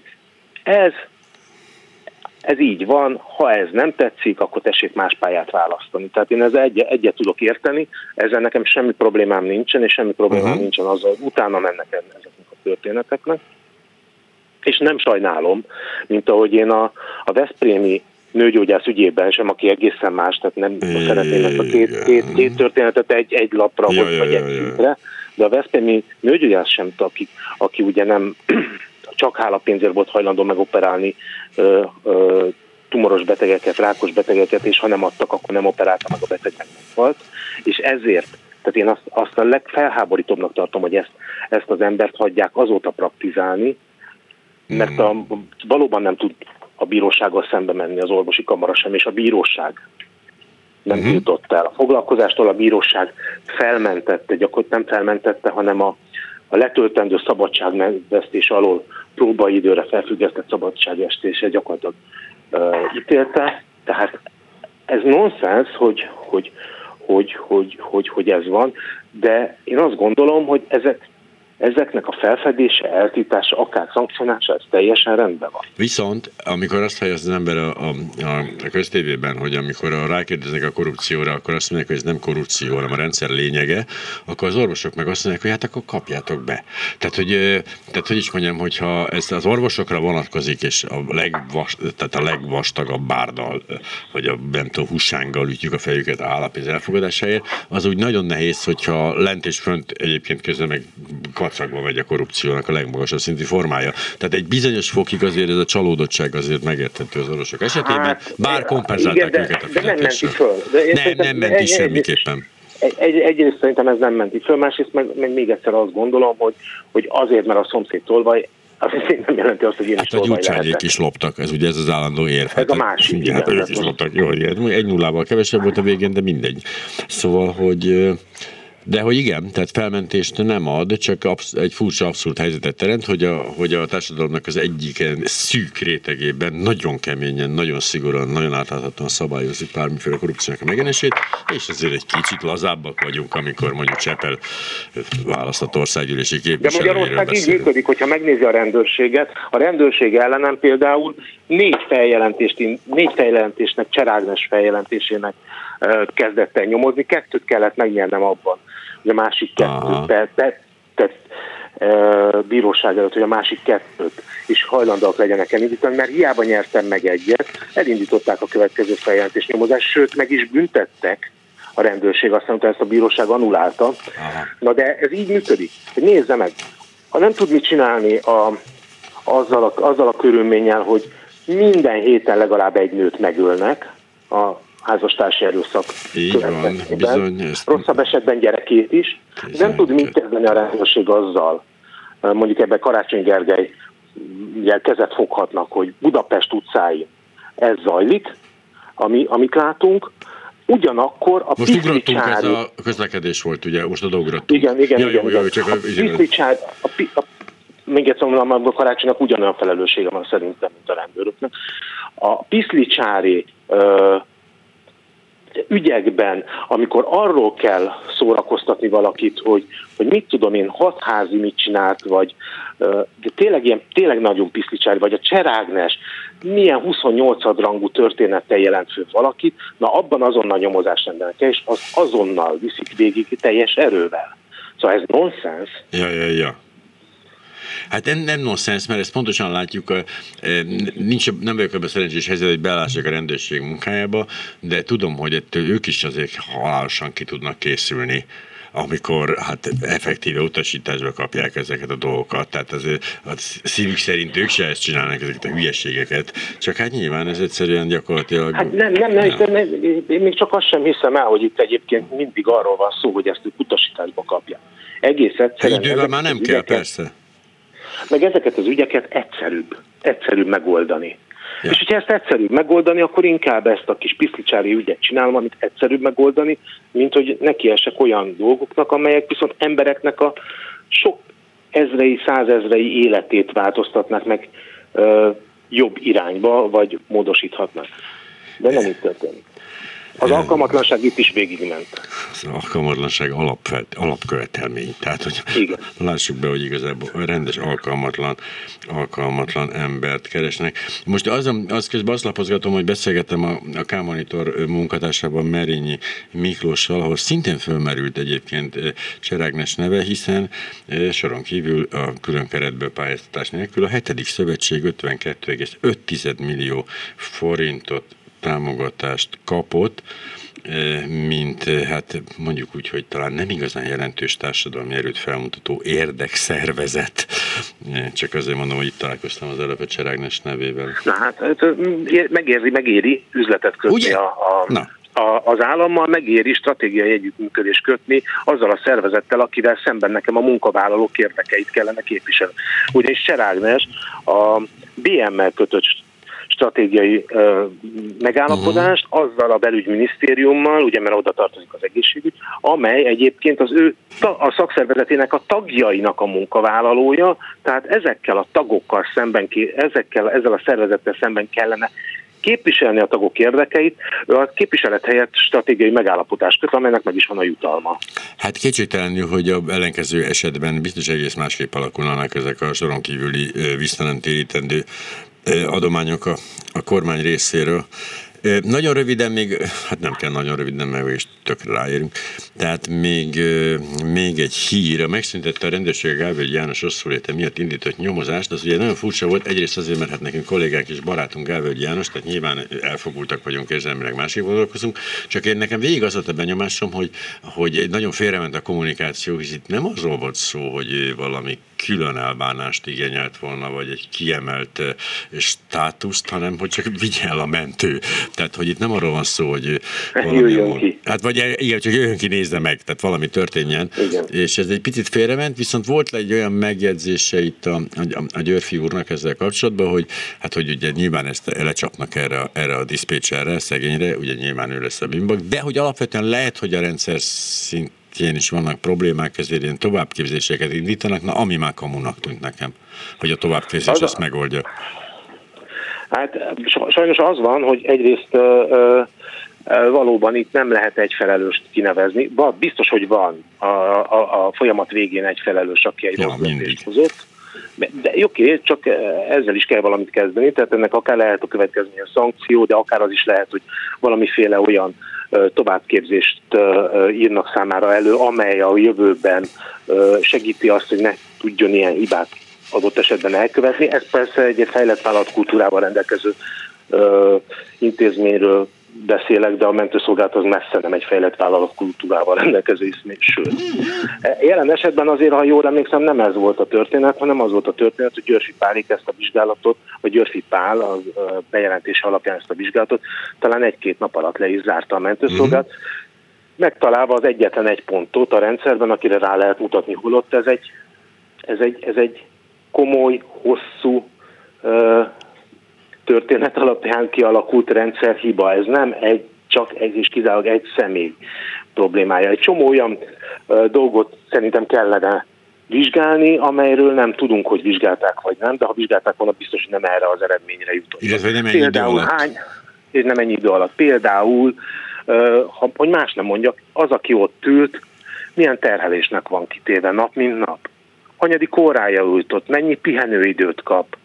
Speaker 3: Ez így van, ha ez nem tetszik, akkor tessék más pályát választani. Tehát én ezzel egyet tudok érteni, ezzel nekem semmi problémám nincsen, és semmi problémám nincsen azzal, hogy utána mennek ezeknek a történeteknek. És nem sajnálom, mint ahogy én a veszprémi nőgyógyász ügyében sem, aki egészen más, tehát nem szeretném ezt a két történetet egy lapra, vagy egy szintre, de a veszprémi nőgyógyász sem, aki ugye nem csak hálapénzért volt hajlandó megoperálni tumoros betegeket, rákos betegeket, és ha nem adtak, akkor nem operálta meg a betegnek meghalt. És ezért, tehát én azt a legfelháborítóbbnak tartom, hogy ezt az embert hagyják azóta praktizálni, mert valóban nem tud a bírósággal szembe menni az orvosi kamara sem, és a bíróság nem tiltott el. A foglalkozástól a bíróság felmentette, gyakorlatilag nem felmentette, hanem a letöltendő szabadságvesztés alól próbaidőre felfüggesztett szabadságvesztése gyakorlatilag ítélte. Tehát ez nonsens, hogy ez van, de én azt gondolom, hogy ezeknek a felfedése, eltiltása, akár szankcionálása, ez teljesen rendben van.
Speaker 2: Viszont, amikor azt hallja az ember a köztévében, hogy amikor rákérdeznek a korrupcióra, akkor azt mondják, hogy ez nem korrupció, hanem a rendszer lényege, akkor az orvosok meg azt mondják, hogy hát akkor kapjátok be. Tehát, hogy is mondjam, hogyha ez az orvosokra vonatkozik, és a legvastagabb bárdal, vagy a nem tudom, húsánggal ütjük a fejüket a hálapénz elfogadásáért, az úgy nagyon nehéz, hogyha lent és fönt egyébként közben meg kacagba megy a korrupciónak a legmagasabb szintű formája. Tehát egy bizonyos fokig azért ez a csalódottság azért megérthető az orvosok esetében, bár kompenzálták őket a fizetésre. Nem menti semmiképpen.
Speaker 3: Egyrészt szerintem ez nem menti föl, másrészt meg még egyszer azt gondolom, hogy azért, mert a szomszéd tolvaj, az nem jelenti azt, hogy én is tolvaj lehetek.
Speaker 2: Hát a Gyurcsányék is loptak, ez ugye ez az állandó érv.
Speaker 3: Ez a másik.
Speaker 2: Igen, hát ők is loptak. Jó, 1-0-val kevesebb volt a végén, de mindegy. Szóval, hogy De hogy igen, tehát felmentést nem ad, csak egy furcsa abszurd helyzetet teremt, hogy a társadalomnak az egyik szűk rétegében nagyon keményen, nagyon szigorúan, nagyon átláthatóan szabályozik bármiféle korrupciónak a megjelenését, és ezért egy kicsit lazábbak vagyunk, amikor mondjuk Csepel választott országgyűlési képviselőjéről beszélünk.
Speaker 3: De Magyarország így működik, hogyha megnézi a rendőrséget, a rendőrség ellenem például 4 feljelentésnek, Cser Ágnes feljelentésének kezdett el nyomozni, 2 kellett megnyernem abban, hogy a másik 2 bíróság előtt, hogy a másik 2 is hajlandóak legyenek elindítani, mert hiába nyertem meg egyet, elindították a következő feljelentés nyomozást, sőt meg is büntettek, a rendőrség azt mondta, ezt a bíróság annulálta. Aha. Na de ez így működik, hogy nézze meg, ha nem tud mit csinálni azzal a körülménnyel, hogy minden héten legalább egy nőt megölnek a házastársi erőszak következtében, rosszabb esetben gyerekét is, nem tud mit kezdeni a rendőrség azzal, mondjuk ebben Karácsony Gergely kezet foghatnak, hogy Budapest utcáin ez zajlik, amit látunk, ugyanakkor a
Speaker 2: Piszlicsári... Most ugrottunk, ez a közlekedés volt, ugye? Most odaugrottunk.
Speaker 3: Igen. A Piszlicsári... Még egyszer mondom, a Karácsonynak ugyanolyan felelőssége van szerintem, mint a rendőröknek. A piszlicsári ügyekben, amikor arról kell szórakoztatni valakit, hogy mit tudom én, Hatházi mit csinált, vagy de tényleg nagyon piszlicsári, vagy a Cser Ágnes milyen 28. rangú történettel jelent föl valakit, na abban azonnal nyomozást rendelnek el, és az azonnal viszik végig teljes erővel. Szóval ez nonsens.
Speaker 2: Ja. Hát nem nonsens, mert ezt pontosan látjuk, nem vagyok ebben szerencsés helyzet, hogy belássak a rendőrség munkájába, de tudom, hogy ettől ők is azért halálosan ki tudnak készülni, amikor hát effektíve utasításba kapják ezeket a dolgokat. Tehát azért a szívük szerint ők se ezt csinálnak, ezeket a hülyeségeket, csak hát nyilván ez egyszerűen gyakorlatilag...
Speaker 3: Hát nem, én még csak azt sem hiszem el, hogy itt egyébként mindig arról van szó, hogy ezt ők utasításba kapják. Egész egyszerűen...
Speaker 2: Idővel már nem kell, persze.
Speaker 3: Meg ezeket az ügyeket egyszerűbb megoldani. Ja. És hogyha ezt egyszerűbb megoldani, akkor inkább ezt a kis piszlicsári ügyet csinálom, amit egyszerűbb megoldani, mint hogy nekiesek olyan dolgoknak, amelyek viszont embereknek a sok ezrei, százezrei életét változtatnak meg jobb irányba, vagy módosíthatnak. De nem így történik. Az alkalmatlanság itt is végigment.
Speaker 2: Az alkalmatlanság alapkövetelmény. Tehát, hogy
Speaker 3: igen.
Speaker 2: Lássuk be, hogy igazából rendes alkalmatlan embert keresnek. Most az közben azt lapozgatom, hogy beszélgettem a K-Monitor munkatársában Merényi Miklóssal, ahol szintén fölmerült egyébként Cser Ágnes neve, hiszen soron kívül a külön keretből pályáztatás nélkül a 7. szövetség 52,5 millió forintot támogatást kapott, mint hát mondjuk úgy, hogy talán nem igazán jelentős társadalmi erőt felmutató érdekszervezet. Csak azért mondom, hogy itt találkoztam az előbb a Cser Ágnes nevével.
Speaker 3: Na hát megéri üzletet kötni az állammal, megéri stratégiai együttműködést kötni azzal a szervezettel, akivel szemben nekem a munkavállalók érdekeit kellene képviselni. Ugyanis Cser Ágnes a BM-mel kötött stratégiai megállapodást azzal a belügyminisztériummal, ugye mert oda tartozik az egészségügy, amely egyébként az ő a szakszervezetének a tagjainak a munkavállalója, tehát ezekkel a tagokkal szemben, ezzel a szervezettel szemben kellene képviselni a tagok érdekeit, a képviselet helyett stratégiai megállapodást köt, amelynek meg is van a jutalma.
Speaker 2: Hát kétségtelenül, hogy a ellenkező esetben biztos egész másképp alakulnának ezek a soron kívüli vissza nem térítendő adományok a kormány részéről. Nagyon röviden még, hát nem kell nagyon röviden, mert is tökre ráérünk. Tehát még egy hír, megszüntette a rendőrség a Gálvölgyi János rosszulléte miatt indított nyomozást, az ugye nagyon furcsa volt, egyrészt azért, mert hát nekünk kollégák és barátunk Gálvölgyi János, tehát nyilván elfogultak vagyunk, érzelmileg másik gondolkozunk, csak én nekem végig az volt a benyomásom, hogy nagyon félrement a kommunikáció, hisz itt nem arról volt szó, hogy valami külön elbánást igényelt volna, vagy egy kiemelt státuszt, hanem hogy csak vigye el a mentő. Tehát, hogy itt nem arról van szó, hogy valami... Hát vagy igen, csak jöjjön ki, nézze meg, tehát valami történjen.
Speaker 3: Igen.
Speaker 2: És ez egy picit félrement, viszont volt egy olyan megjegyzése itt a Györfi úrnak ezzel kapcsolatban, hogy ugye nyilván ezt lecsapnak erre a diszpécserre, szegényre, ugye nyilván ő lesz a bűnbak, de hogy alapvetően lehet, hogy a rendszer szintjén is vannak problémák, ezért ilyen továbbképzéseket indítanak, ami már kamunak tűnt nekem, hogy a továbbképzés ezt megoldja. Hát
Speaker 3: sajnos az van, hogy egyrészt valóban itt nem lehet egy felelőst kinevezni. Biztos, hogy van a folyamat végén egy felelős, aki egy rossz döntést hozott. De oké, csak ezzel is kell valamit kezdeni, tehát ennek akár lehet a következménye a szankció, de akár az is lehet, hogy valamiféle olyan továbbképzést írnak számára elő, amely a jövőben segíti azt, hogy ne tudjon ilyen hibát adott esetben elkövetni. Ez persze egy fejlett vállalatkultúrával rendelkező intézményről beszélek, de a mentőszolgálat az messze nem egy fejlett vállalatkultúrával rendelkező intézmény, sőt. Jelen esetben azért, ha jól emlékszem, nem ez volt a történet, hanem az volt a történet, hogy Györfi Pálék ezt a vizsgálatot, vagy Györfi Pál a bejelentése alapján ezt a vizsgálatot talán 1-2 nap alatt le is zárta a mentőszolgálat, megtalálva az egyetlen egy pontot a rendszerben, akire rá lehet mutatni, holott ez egy komoly, hosszú történet alapján kialakult rendszerhiba. Ez nem csak és kizárólag egy személy problémája. Egy csomó olyan dolgot szerintem kellene vizsgálni, amelyről nem tudunk, hogy vizsgálták vagy nem, de ha vizsgálták volna, biztos, hogy nem erre az eredményre jutott.
Speaker 2: Illetve nem ennyi idő alatt.
Speaker 3: És nem ennyi idő alatt. Például, hogy más nem mondjak, az, aki ott ült, milyen terhelésnek van kitéve nap, mint nap. Hanyadik órája ült ott, mennyi pihenőidőt kap,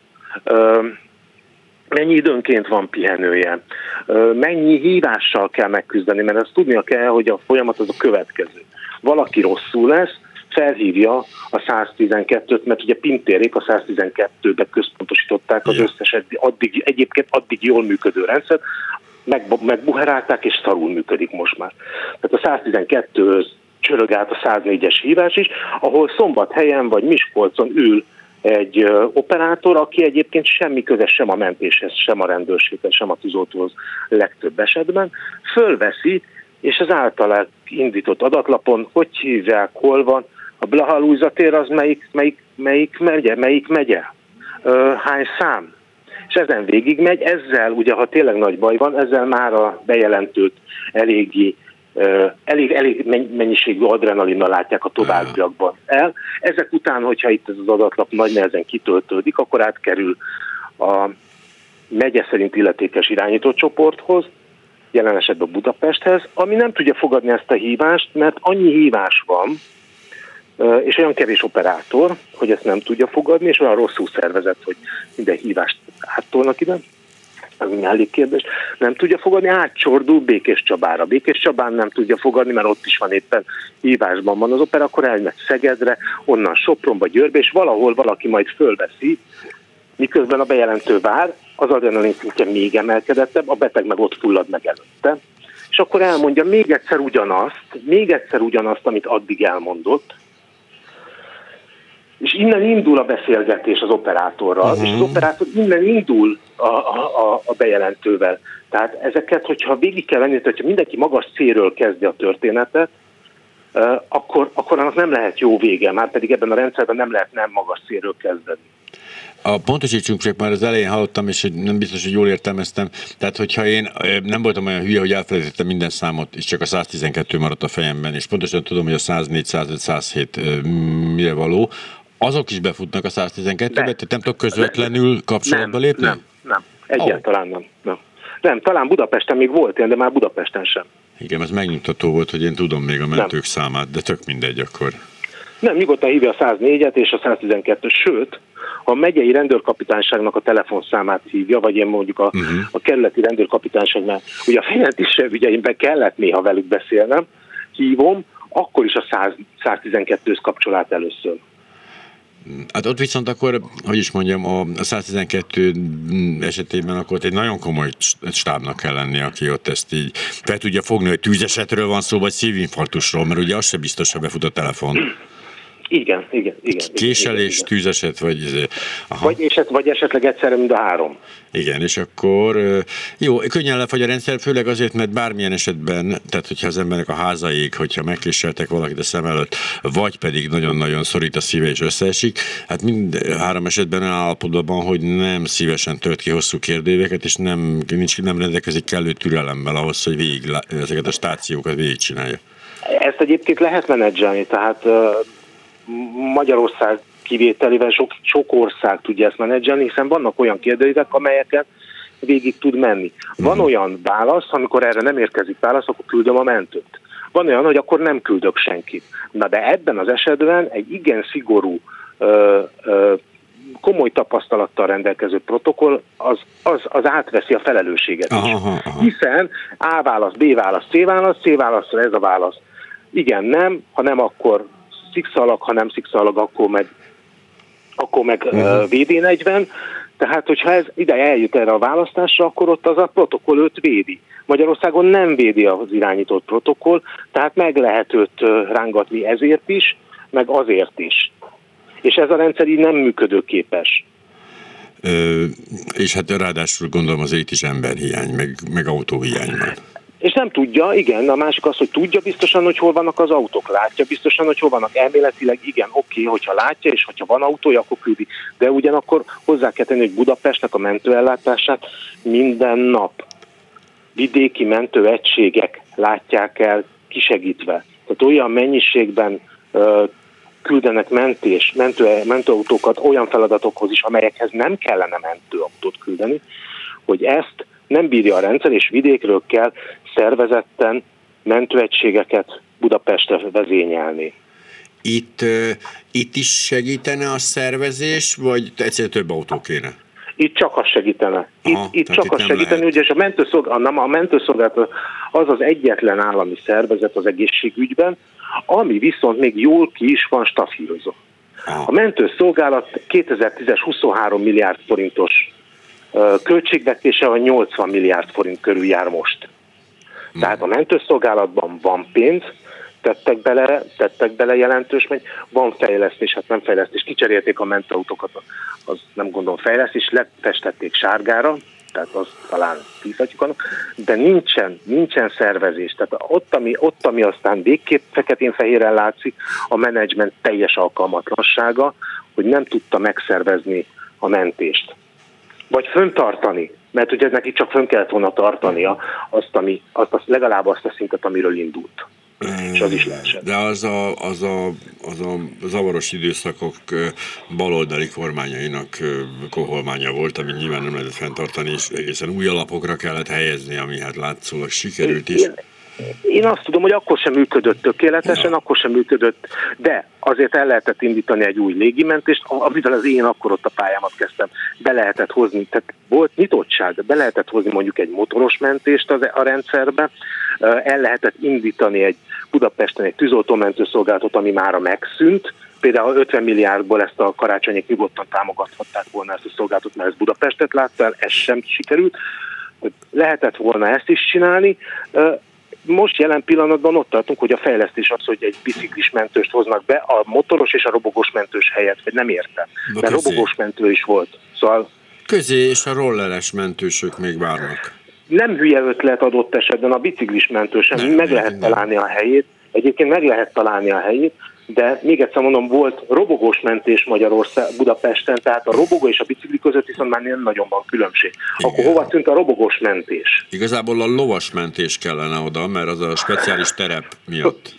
Speaker 3: mennyi időnként van pihenője, mennyi hívással kell megküzdeni, mert ezt tudnia kell, hogy a folyamat az a következő. Valaki rosszul lesz, felhívja a 112-t, mert ugye Pintérék a 112-be központosították az összes addig jól működő rendszert, megbuherálták és szarul működik most már. Tehát a 112-höz csörög át a 104-es hívás is, ahol Szombathelyen vagy Miskolcon ül egy operátor, aki egyébként semmi köze sem a mentéshez, sem a rendőrséghez, sem a tűzoltóhoz legtöbb esetben, fölveszi, és az általán indított adatlapon, hogy hívják, hol van, a Blaha Lujza tér az melyik megye, hány szám, és ezen végigmegy, ezzel ugye, ha tényleg nagy baj van, ezzel már a bejelentőt elég mennyiségű adrenalinnal látják a továbbiakban el. Ezek után, hogyha itt ez az adatlap nagy nehezen kitöltődik, akkor átkerül a megye szerint illetékes irányítócsoporthoz, jelen esetben Budapesthez, ami nem tudja fogadni ezt a hívást, mert annyi hívás van, és olyan kevés operátor, hogy ezt nem tudja fogadni, és olyan rosszul szervezett, hogy minden hívást áttolnak ide. Ez mellékkérdés, nem tudja fogadni, átcsordul Békés Csabára. Békés Csabán nem tudja fogadni, mert ott is van éppen hívásban van az opera, akkor elmegy Szegedre, onnan Sopronba, Győrbe, és valahol valaki majd fölveszi, miközben a bejelentő vár, az adrenalin szintje még emelkedettebb, a beteg meg ott fullad meg előtte, és akkor elmondja még egyszer ugyanazt, amit addig elmondott, és innen indul a beszélgetés az operátorral, és az operátor innen indul a bejelentővel. Tehát ezeket, hogyha végig kell venni, hogyha mindenki magas célről kezdi a történetet, akkor annak nem lehet jó vége, már pedig ebben a rendszerben nem lehet nem magas célről kezdeni.
Speaker 2: Pontosítsunk csak, már az elején hallottam, és nem biztos, hogy jól értelmeztem. Tehát, hogyha én nem voltam olyan hülye, hogy elfelejtettem minden számot, és csak a 112 maradt a fejemben, és pontosan tudom, hogy a 104, 105, 107 mire való, azok is befutnak a 112-be, tehát nem tudok közvetlenül kapcsolatba lépni?
Speaker 3: Nem. Egyáltalán nem. Nem, talán Budapesten még volt ilyen, de már Budapesten sem.
Speaker 2: Igen, ez megnyugtató volt, hogy én tudom még a mentők számát, de tök mindegy akkor. Nem,
Speaker 3: nyugodtan hívja a 104-et és a 112-t, sőt, ha a megyei rendőrkapitányságnak a telefonszámát hívja, vagy én mondjuk a kerületi rendőrkapitányságnál, ugye a fejlesztési ügyeimben kellett néha velük beszélnem, hívom, akkor is a 112-höz kapcsol át először.
Speaker 2: Hát ott viszont akkor, hogy is mondjam, a 112 esetében akkor egy nagyon komoly stábnak kell lenni, aki ott ezt így fel tudja fogni, hogy tűzesetről van szó, vagy szívinfarktusról, mert ugye az sem biztos, ha befut a telefon.
Speaker 3: Igen.
Speaker 2: Késelés,
Speaker 3: igen.
Speaker 2: Tűzeset, vagy...
Speaker 3: Vagy esetleg egyszerre mind a három.
Speaker 2: Igen, és akkor jó, könnyen lefagy a rendszer, főleg azért, mert bármilyen esetben, tehát hogyha az embernek a háza ég, hogyha megkéseltek valakit a szem előtt, vagy pedig nagyon-nagyon szorít a szíve és összeesik, hát mind három esetben állapotban, hogy nem szívesen tölt ki hosszú kérdőíveket, és nem rendelkezik kellő türelemmel ahhoz, hogy ezeket a stációkat végigcsinálja.
Speaker 3: Ezt egyébként lehet menedzselni, tehát Magyarország kivételével sok ország tudja ezt menedzselni, hiszen vannak olyan kérdőívek, amelyeket végig tud menni. Van olyan válasz, amikor erre nem érkezik válasz, akkor küldöm a mentőt. Van olyan, hogy akkor nem küldök senkit. Na de ebben az esetben egy igen szigorú, komoly tapasztalattal rendelkező protokoll az átveszi a felelősséget is. Hiszen A válasz, B válasz, C válasz, C válaszra ez a válasz. Igen, nem, ha nem, akkor szikszalag, ha nem szikszalag, akkor meg VD40. Tehát, hogyha ez ide eljut erre a választásra, akkor ott az a protokoll őt védi. Magyarországon nem védi az irányított protokoll, tehát meg lehet őt rángatni ezért is, meg azért is. És ez a rendszer így nem működőképes.
Speaker 2: És hát ráadásul gondolom azért itt is emberhiány, meg autóhiány van.
Speaker 3: És nem tudja, igen, a másik az, hogy tudja biztosan, hogy hol vannak az autók, látja biztosan, hogy hol vannak elméletileg, igen, oké, hogyha látja, és hogyha van autója, akkor küldi. De ugyanakkor hozzá kell tenni, hogy Budapestnek a mentőellátását minden nap vidéki mentőegységek látják el kisegítve. Tehát olyan mennyiségben küldenek mentőautókat olyan feladatokhoz is, amelyekhez nem kellene mentőautót küldeni, hogy ezt nem bírja a rendszer, és vidékről kell szervezetten mentőegységeket Budapestre vezényelni.
Speaker 2: Itt is segítene a szervezés, vagy egyszerűen több autó kéne?
Speaker 3: Itt csak az segítene. Itt csak az segítene, ugye a mentőszolgálat az az egyetlen állami szervezet az egészségügyben, ami viszont még jól ki is van stafírozva. A mentőszolgálat 2010-es 23 milliárd forintos költségvetése a 80 milliárd forint körül jár most. Tehát a mentőszolgálatban van pénz, tettek bele jelentős, van fejlesztés, hát nem fejlesztés, kicserélték a mentőautókat, az nem gondolom fejlesztés, lefestették sárgára, tehát az talán tízhatjuk annak, de nincsen szervezés. Tehát ott, ami aztán végképp feketén-fehéren látszik, a menedzsment teljes alkalmatlansága, hogy nem tudta megszervezni a mentést. Vagy föntartani, mert ugye neki csak fönn kellett volna tartania legalább azt a szintet, amiről indult. És az is leesett.
Speaker 2: De az a zavaros időszakok baloldali kormányainak koholmánya volt, ami nyilván nem lehetett fenntartani, és egészen új alapokra kellett helyezni, ami hát látszólag sikerült is.
Speaker 3: Én azt tudom, hogy akkor sem működött tökéletesen, akkor sem működött, de azért el lehetett indítani egy új légimentést, amivel az én akkor ott a pályámat kezdtem, be lehetett hozni, tehát volt nyitottság, be lehetett hozni mondjuk egy motoros mentést a rendszerbe, el lehetett indítani Budapesten egy tűzoltómentőszolgálatot, ami mára megszűnt, például 50 milliárdból ezt a karácsonyék nyugodtan támogathatták volna ezt a szolgálatot, mert ez Budapestet látta el, ez sem sikerült. Lehetett volna ezt is csinálni. Most jelen pillanatban ott tartunk, hogy a fejlesztés az, hogy egy biciklis mentőst hoznak be a motoros és a robogós mentős helyett, vagy nem értem. De robogós mentő is volt. Szóval
Speaker 2: közé és a rolleres mentősök még várnak.
Speaker 3: Nem hülye ötlet adott esetben a biciklis mentősen, meg lehet találni a helyét. Egyébként meg lehet találni a helyét, de még egyszer mondom, volt robogós mentés Budapesten, tehát a robogó és a bicikli között viszont már nem nagyon van különbség. Igen. Akkor hova tűnt a robogós mentés?
Speaker 2: Igazából a lovas mentés kellene oda, mert az a speciális terep miatt.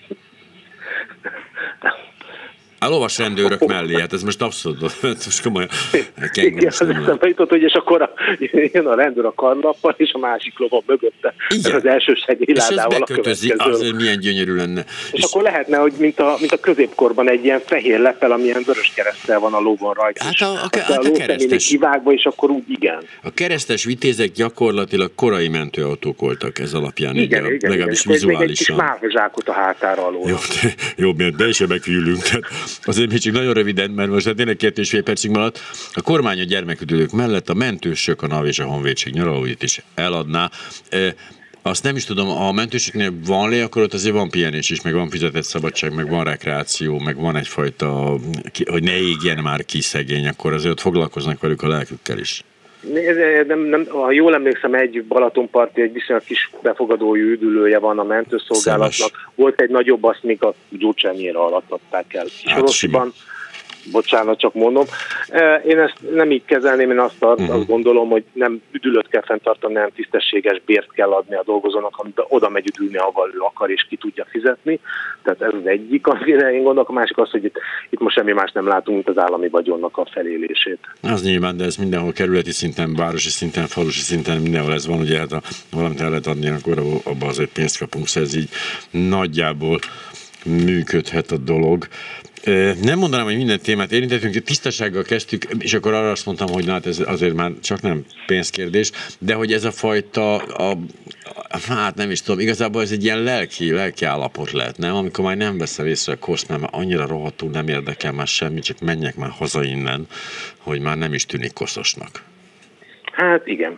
Speaker 2: A lovas rendőrök mellé, hát ez most abszolút, most komolyan.
Speaker 3: Igen, az eszembe jutott, hogy és akkor jön a rendőr a karlappal, és a másik lova mögötte. Igen. Az első segélyládával a következő.
Speaker 2: Azért milyen gyönyörű lenne.
Speaker 3: És akkor lehetne, hogy mint a középkorban egy ilyen fehér leppel, amilyen vörös kereszttel van a lóban rajta.
Speaker 2: Hát a keresztes.
Speaker 3: Kivágva, és akkor úgy igen.
Speaker 2: A keresztes vitézek gyakorlatilag korai mentőautók voltak ez alapján. Igen, így, legalábbis vizuálisan. Még egy kis mávzsákot
Speaker 3: a hátára alól.
Speaker 2: Jó, mert be is beküldünk. Azért még csak nagyon röviden, mert most hát tényleg 2,5 percig maradt. A kormány a gyermeküdülők mellett a mentősök, a NAV és a Honvédség nyaralóit is eladná. Azt nem is tudom, a mentőségnél van lé, akkor ott azért van pihenés is, meg van fizetett szabadság, meg van rekreáció, meg van egyfajta, hogy ne égjen már ki szegény, akkor azért ott foglalkoznak velük a lelkükkel is.
Speaker 3: Ha jól emlékszem, egy Balatonparti, egy viszonylag kis befogadó üdülője van a mentőszolgálatnak. Volt egy nagyobb, azt még a Gyurcsányéra alatt adták el.
Speaker 2: Hát
Speaker 3: bocsánat, csak mondom. Én ezt nem így kezelném, én azt gondolom, hogy nem üdülőt kell fenntartani, nem tisztességes bért kell adni a dolgozónak, amit oda megy üdülni, ahol ő akar és ki tudja fizetni. Tehát ez az egyik, amire én gondolok, a másik az, hogy itt most semmi más nem látunk, mint az állami vagyonnak a felélését.
Speaker 2: Az nyilván, de ez mindenhol kerületi szinten, városi szinten, falusi szinten, mindenhol ez van, ugye hát valamit el lehet adni, akkor abban azért pénzt kapunk, szóval ez így nagyjából működhet a dolog. Nem mondanám, hogy minden témát érintettünk, tisztasággal kezdtük, és akkor arra azt mondtam, hogy na, hát ez azért már csak nem pénzkérdés, de hogy ez a fajta, hát nem is tudom, igazából ez egy ilyen lelki állapot lehet, nem? Amikor már nem veszel észre a korszt, mert annyira rohadtul nem érdekel már semmi, csak menjek már haza innen, hogy már nem is tűnik koszosnak. Hát
Speaker 3: igen.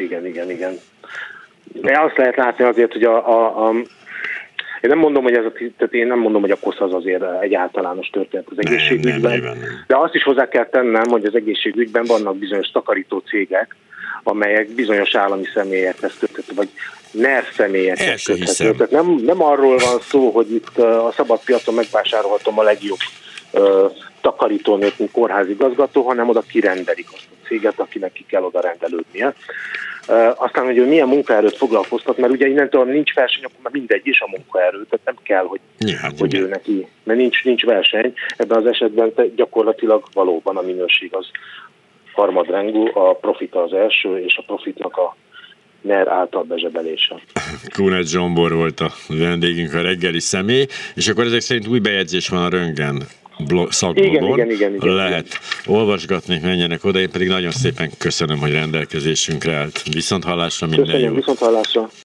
Speaker 3: De azt lehet látni azért, hogy én nem mondom, hogy a kosz az azért egy általános történet az egészségügyben, de azt is hozzá kell tennem, hogy az egészségügyben vannak bizonyos takarító cégek, amelyek bizonyos állami személyekhez köthető, vagy NER személyekhez köthető. Tehát nem arról van szó, hogy itt a szabad piacon megvásárolhatom a legjobb takarítónőt, mint kórházigazgató, hanem oda kirendelik azt a céget, akinek ki kell oda rendelődnie. Aztán, hogy ő milyen munkaerőt foglalkoztat, mert ugye innentől nincs verseny, akkor már mindegy is a munkaerő, tehát nem kell, hogy ő neki, mert nincs verseny. Ebben az esetben gyakorlatilag valóban a minőség az harmadrangú, a profit az első, és a profitnak a NER által bezsebelése.
Speaker 2: Kunec Zsombor volt a vendégünk, a reggeli személy, és akkor ezek szerint új bejegyzés van a röntgen szakblogban. Igen. Lehet olvasgatni, menjenek oda, én pedig nagyon szépen köszönöm, hogy rendelkezésünkre állt. Viszonthallásra, minden jót.
Speaker 3: Viszonthallásra.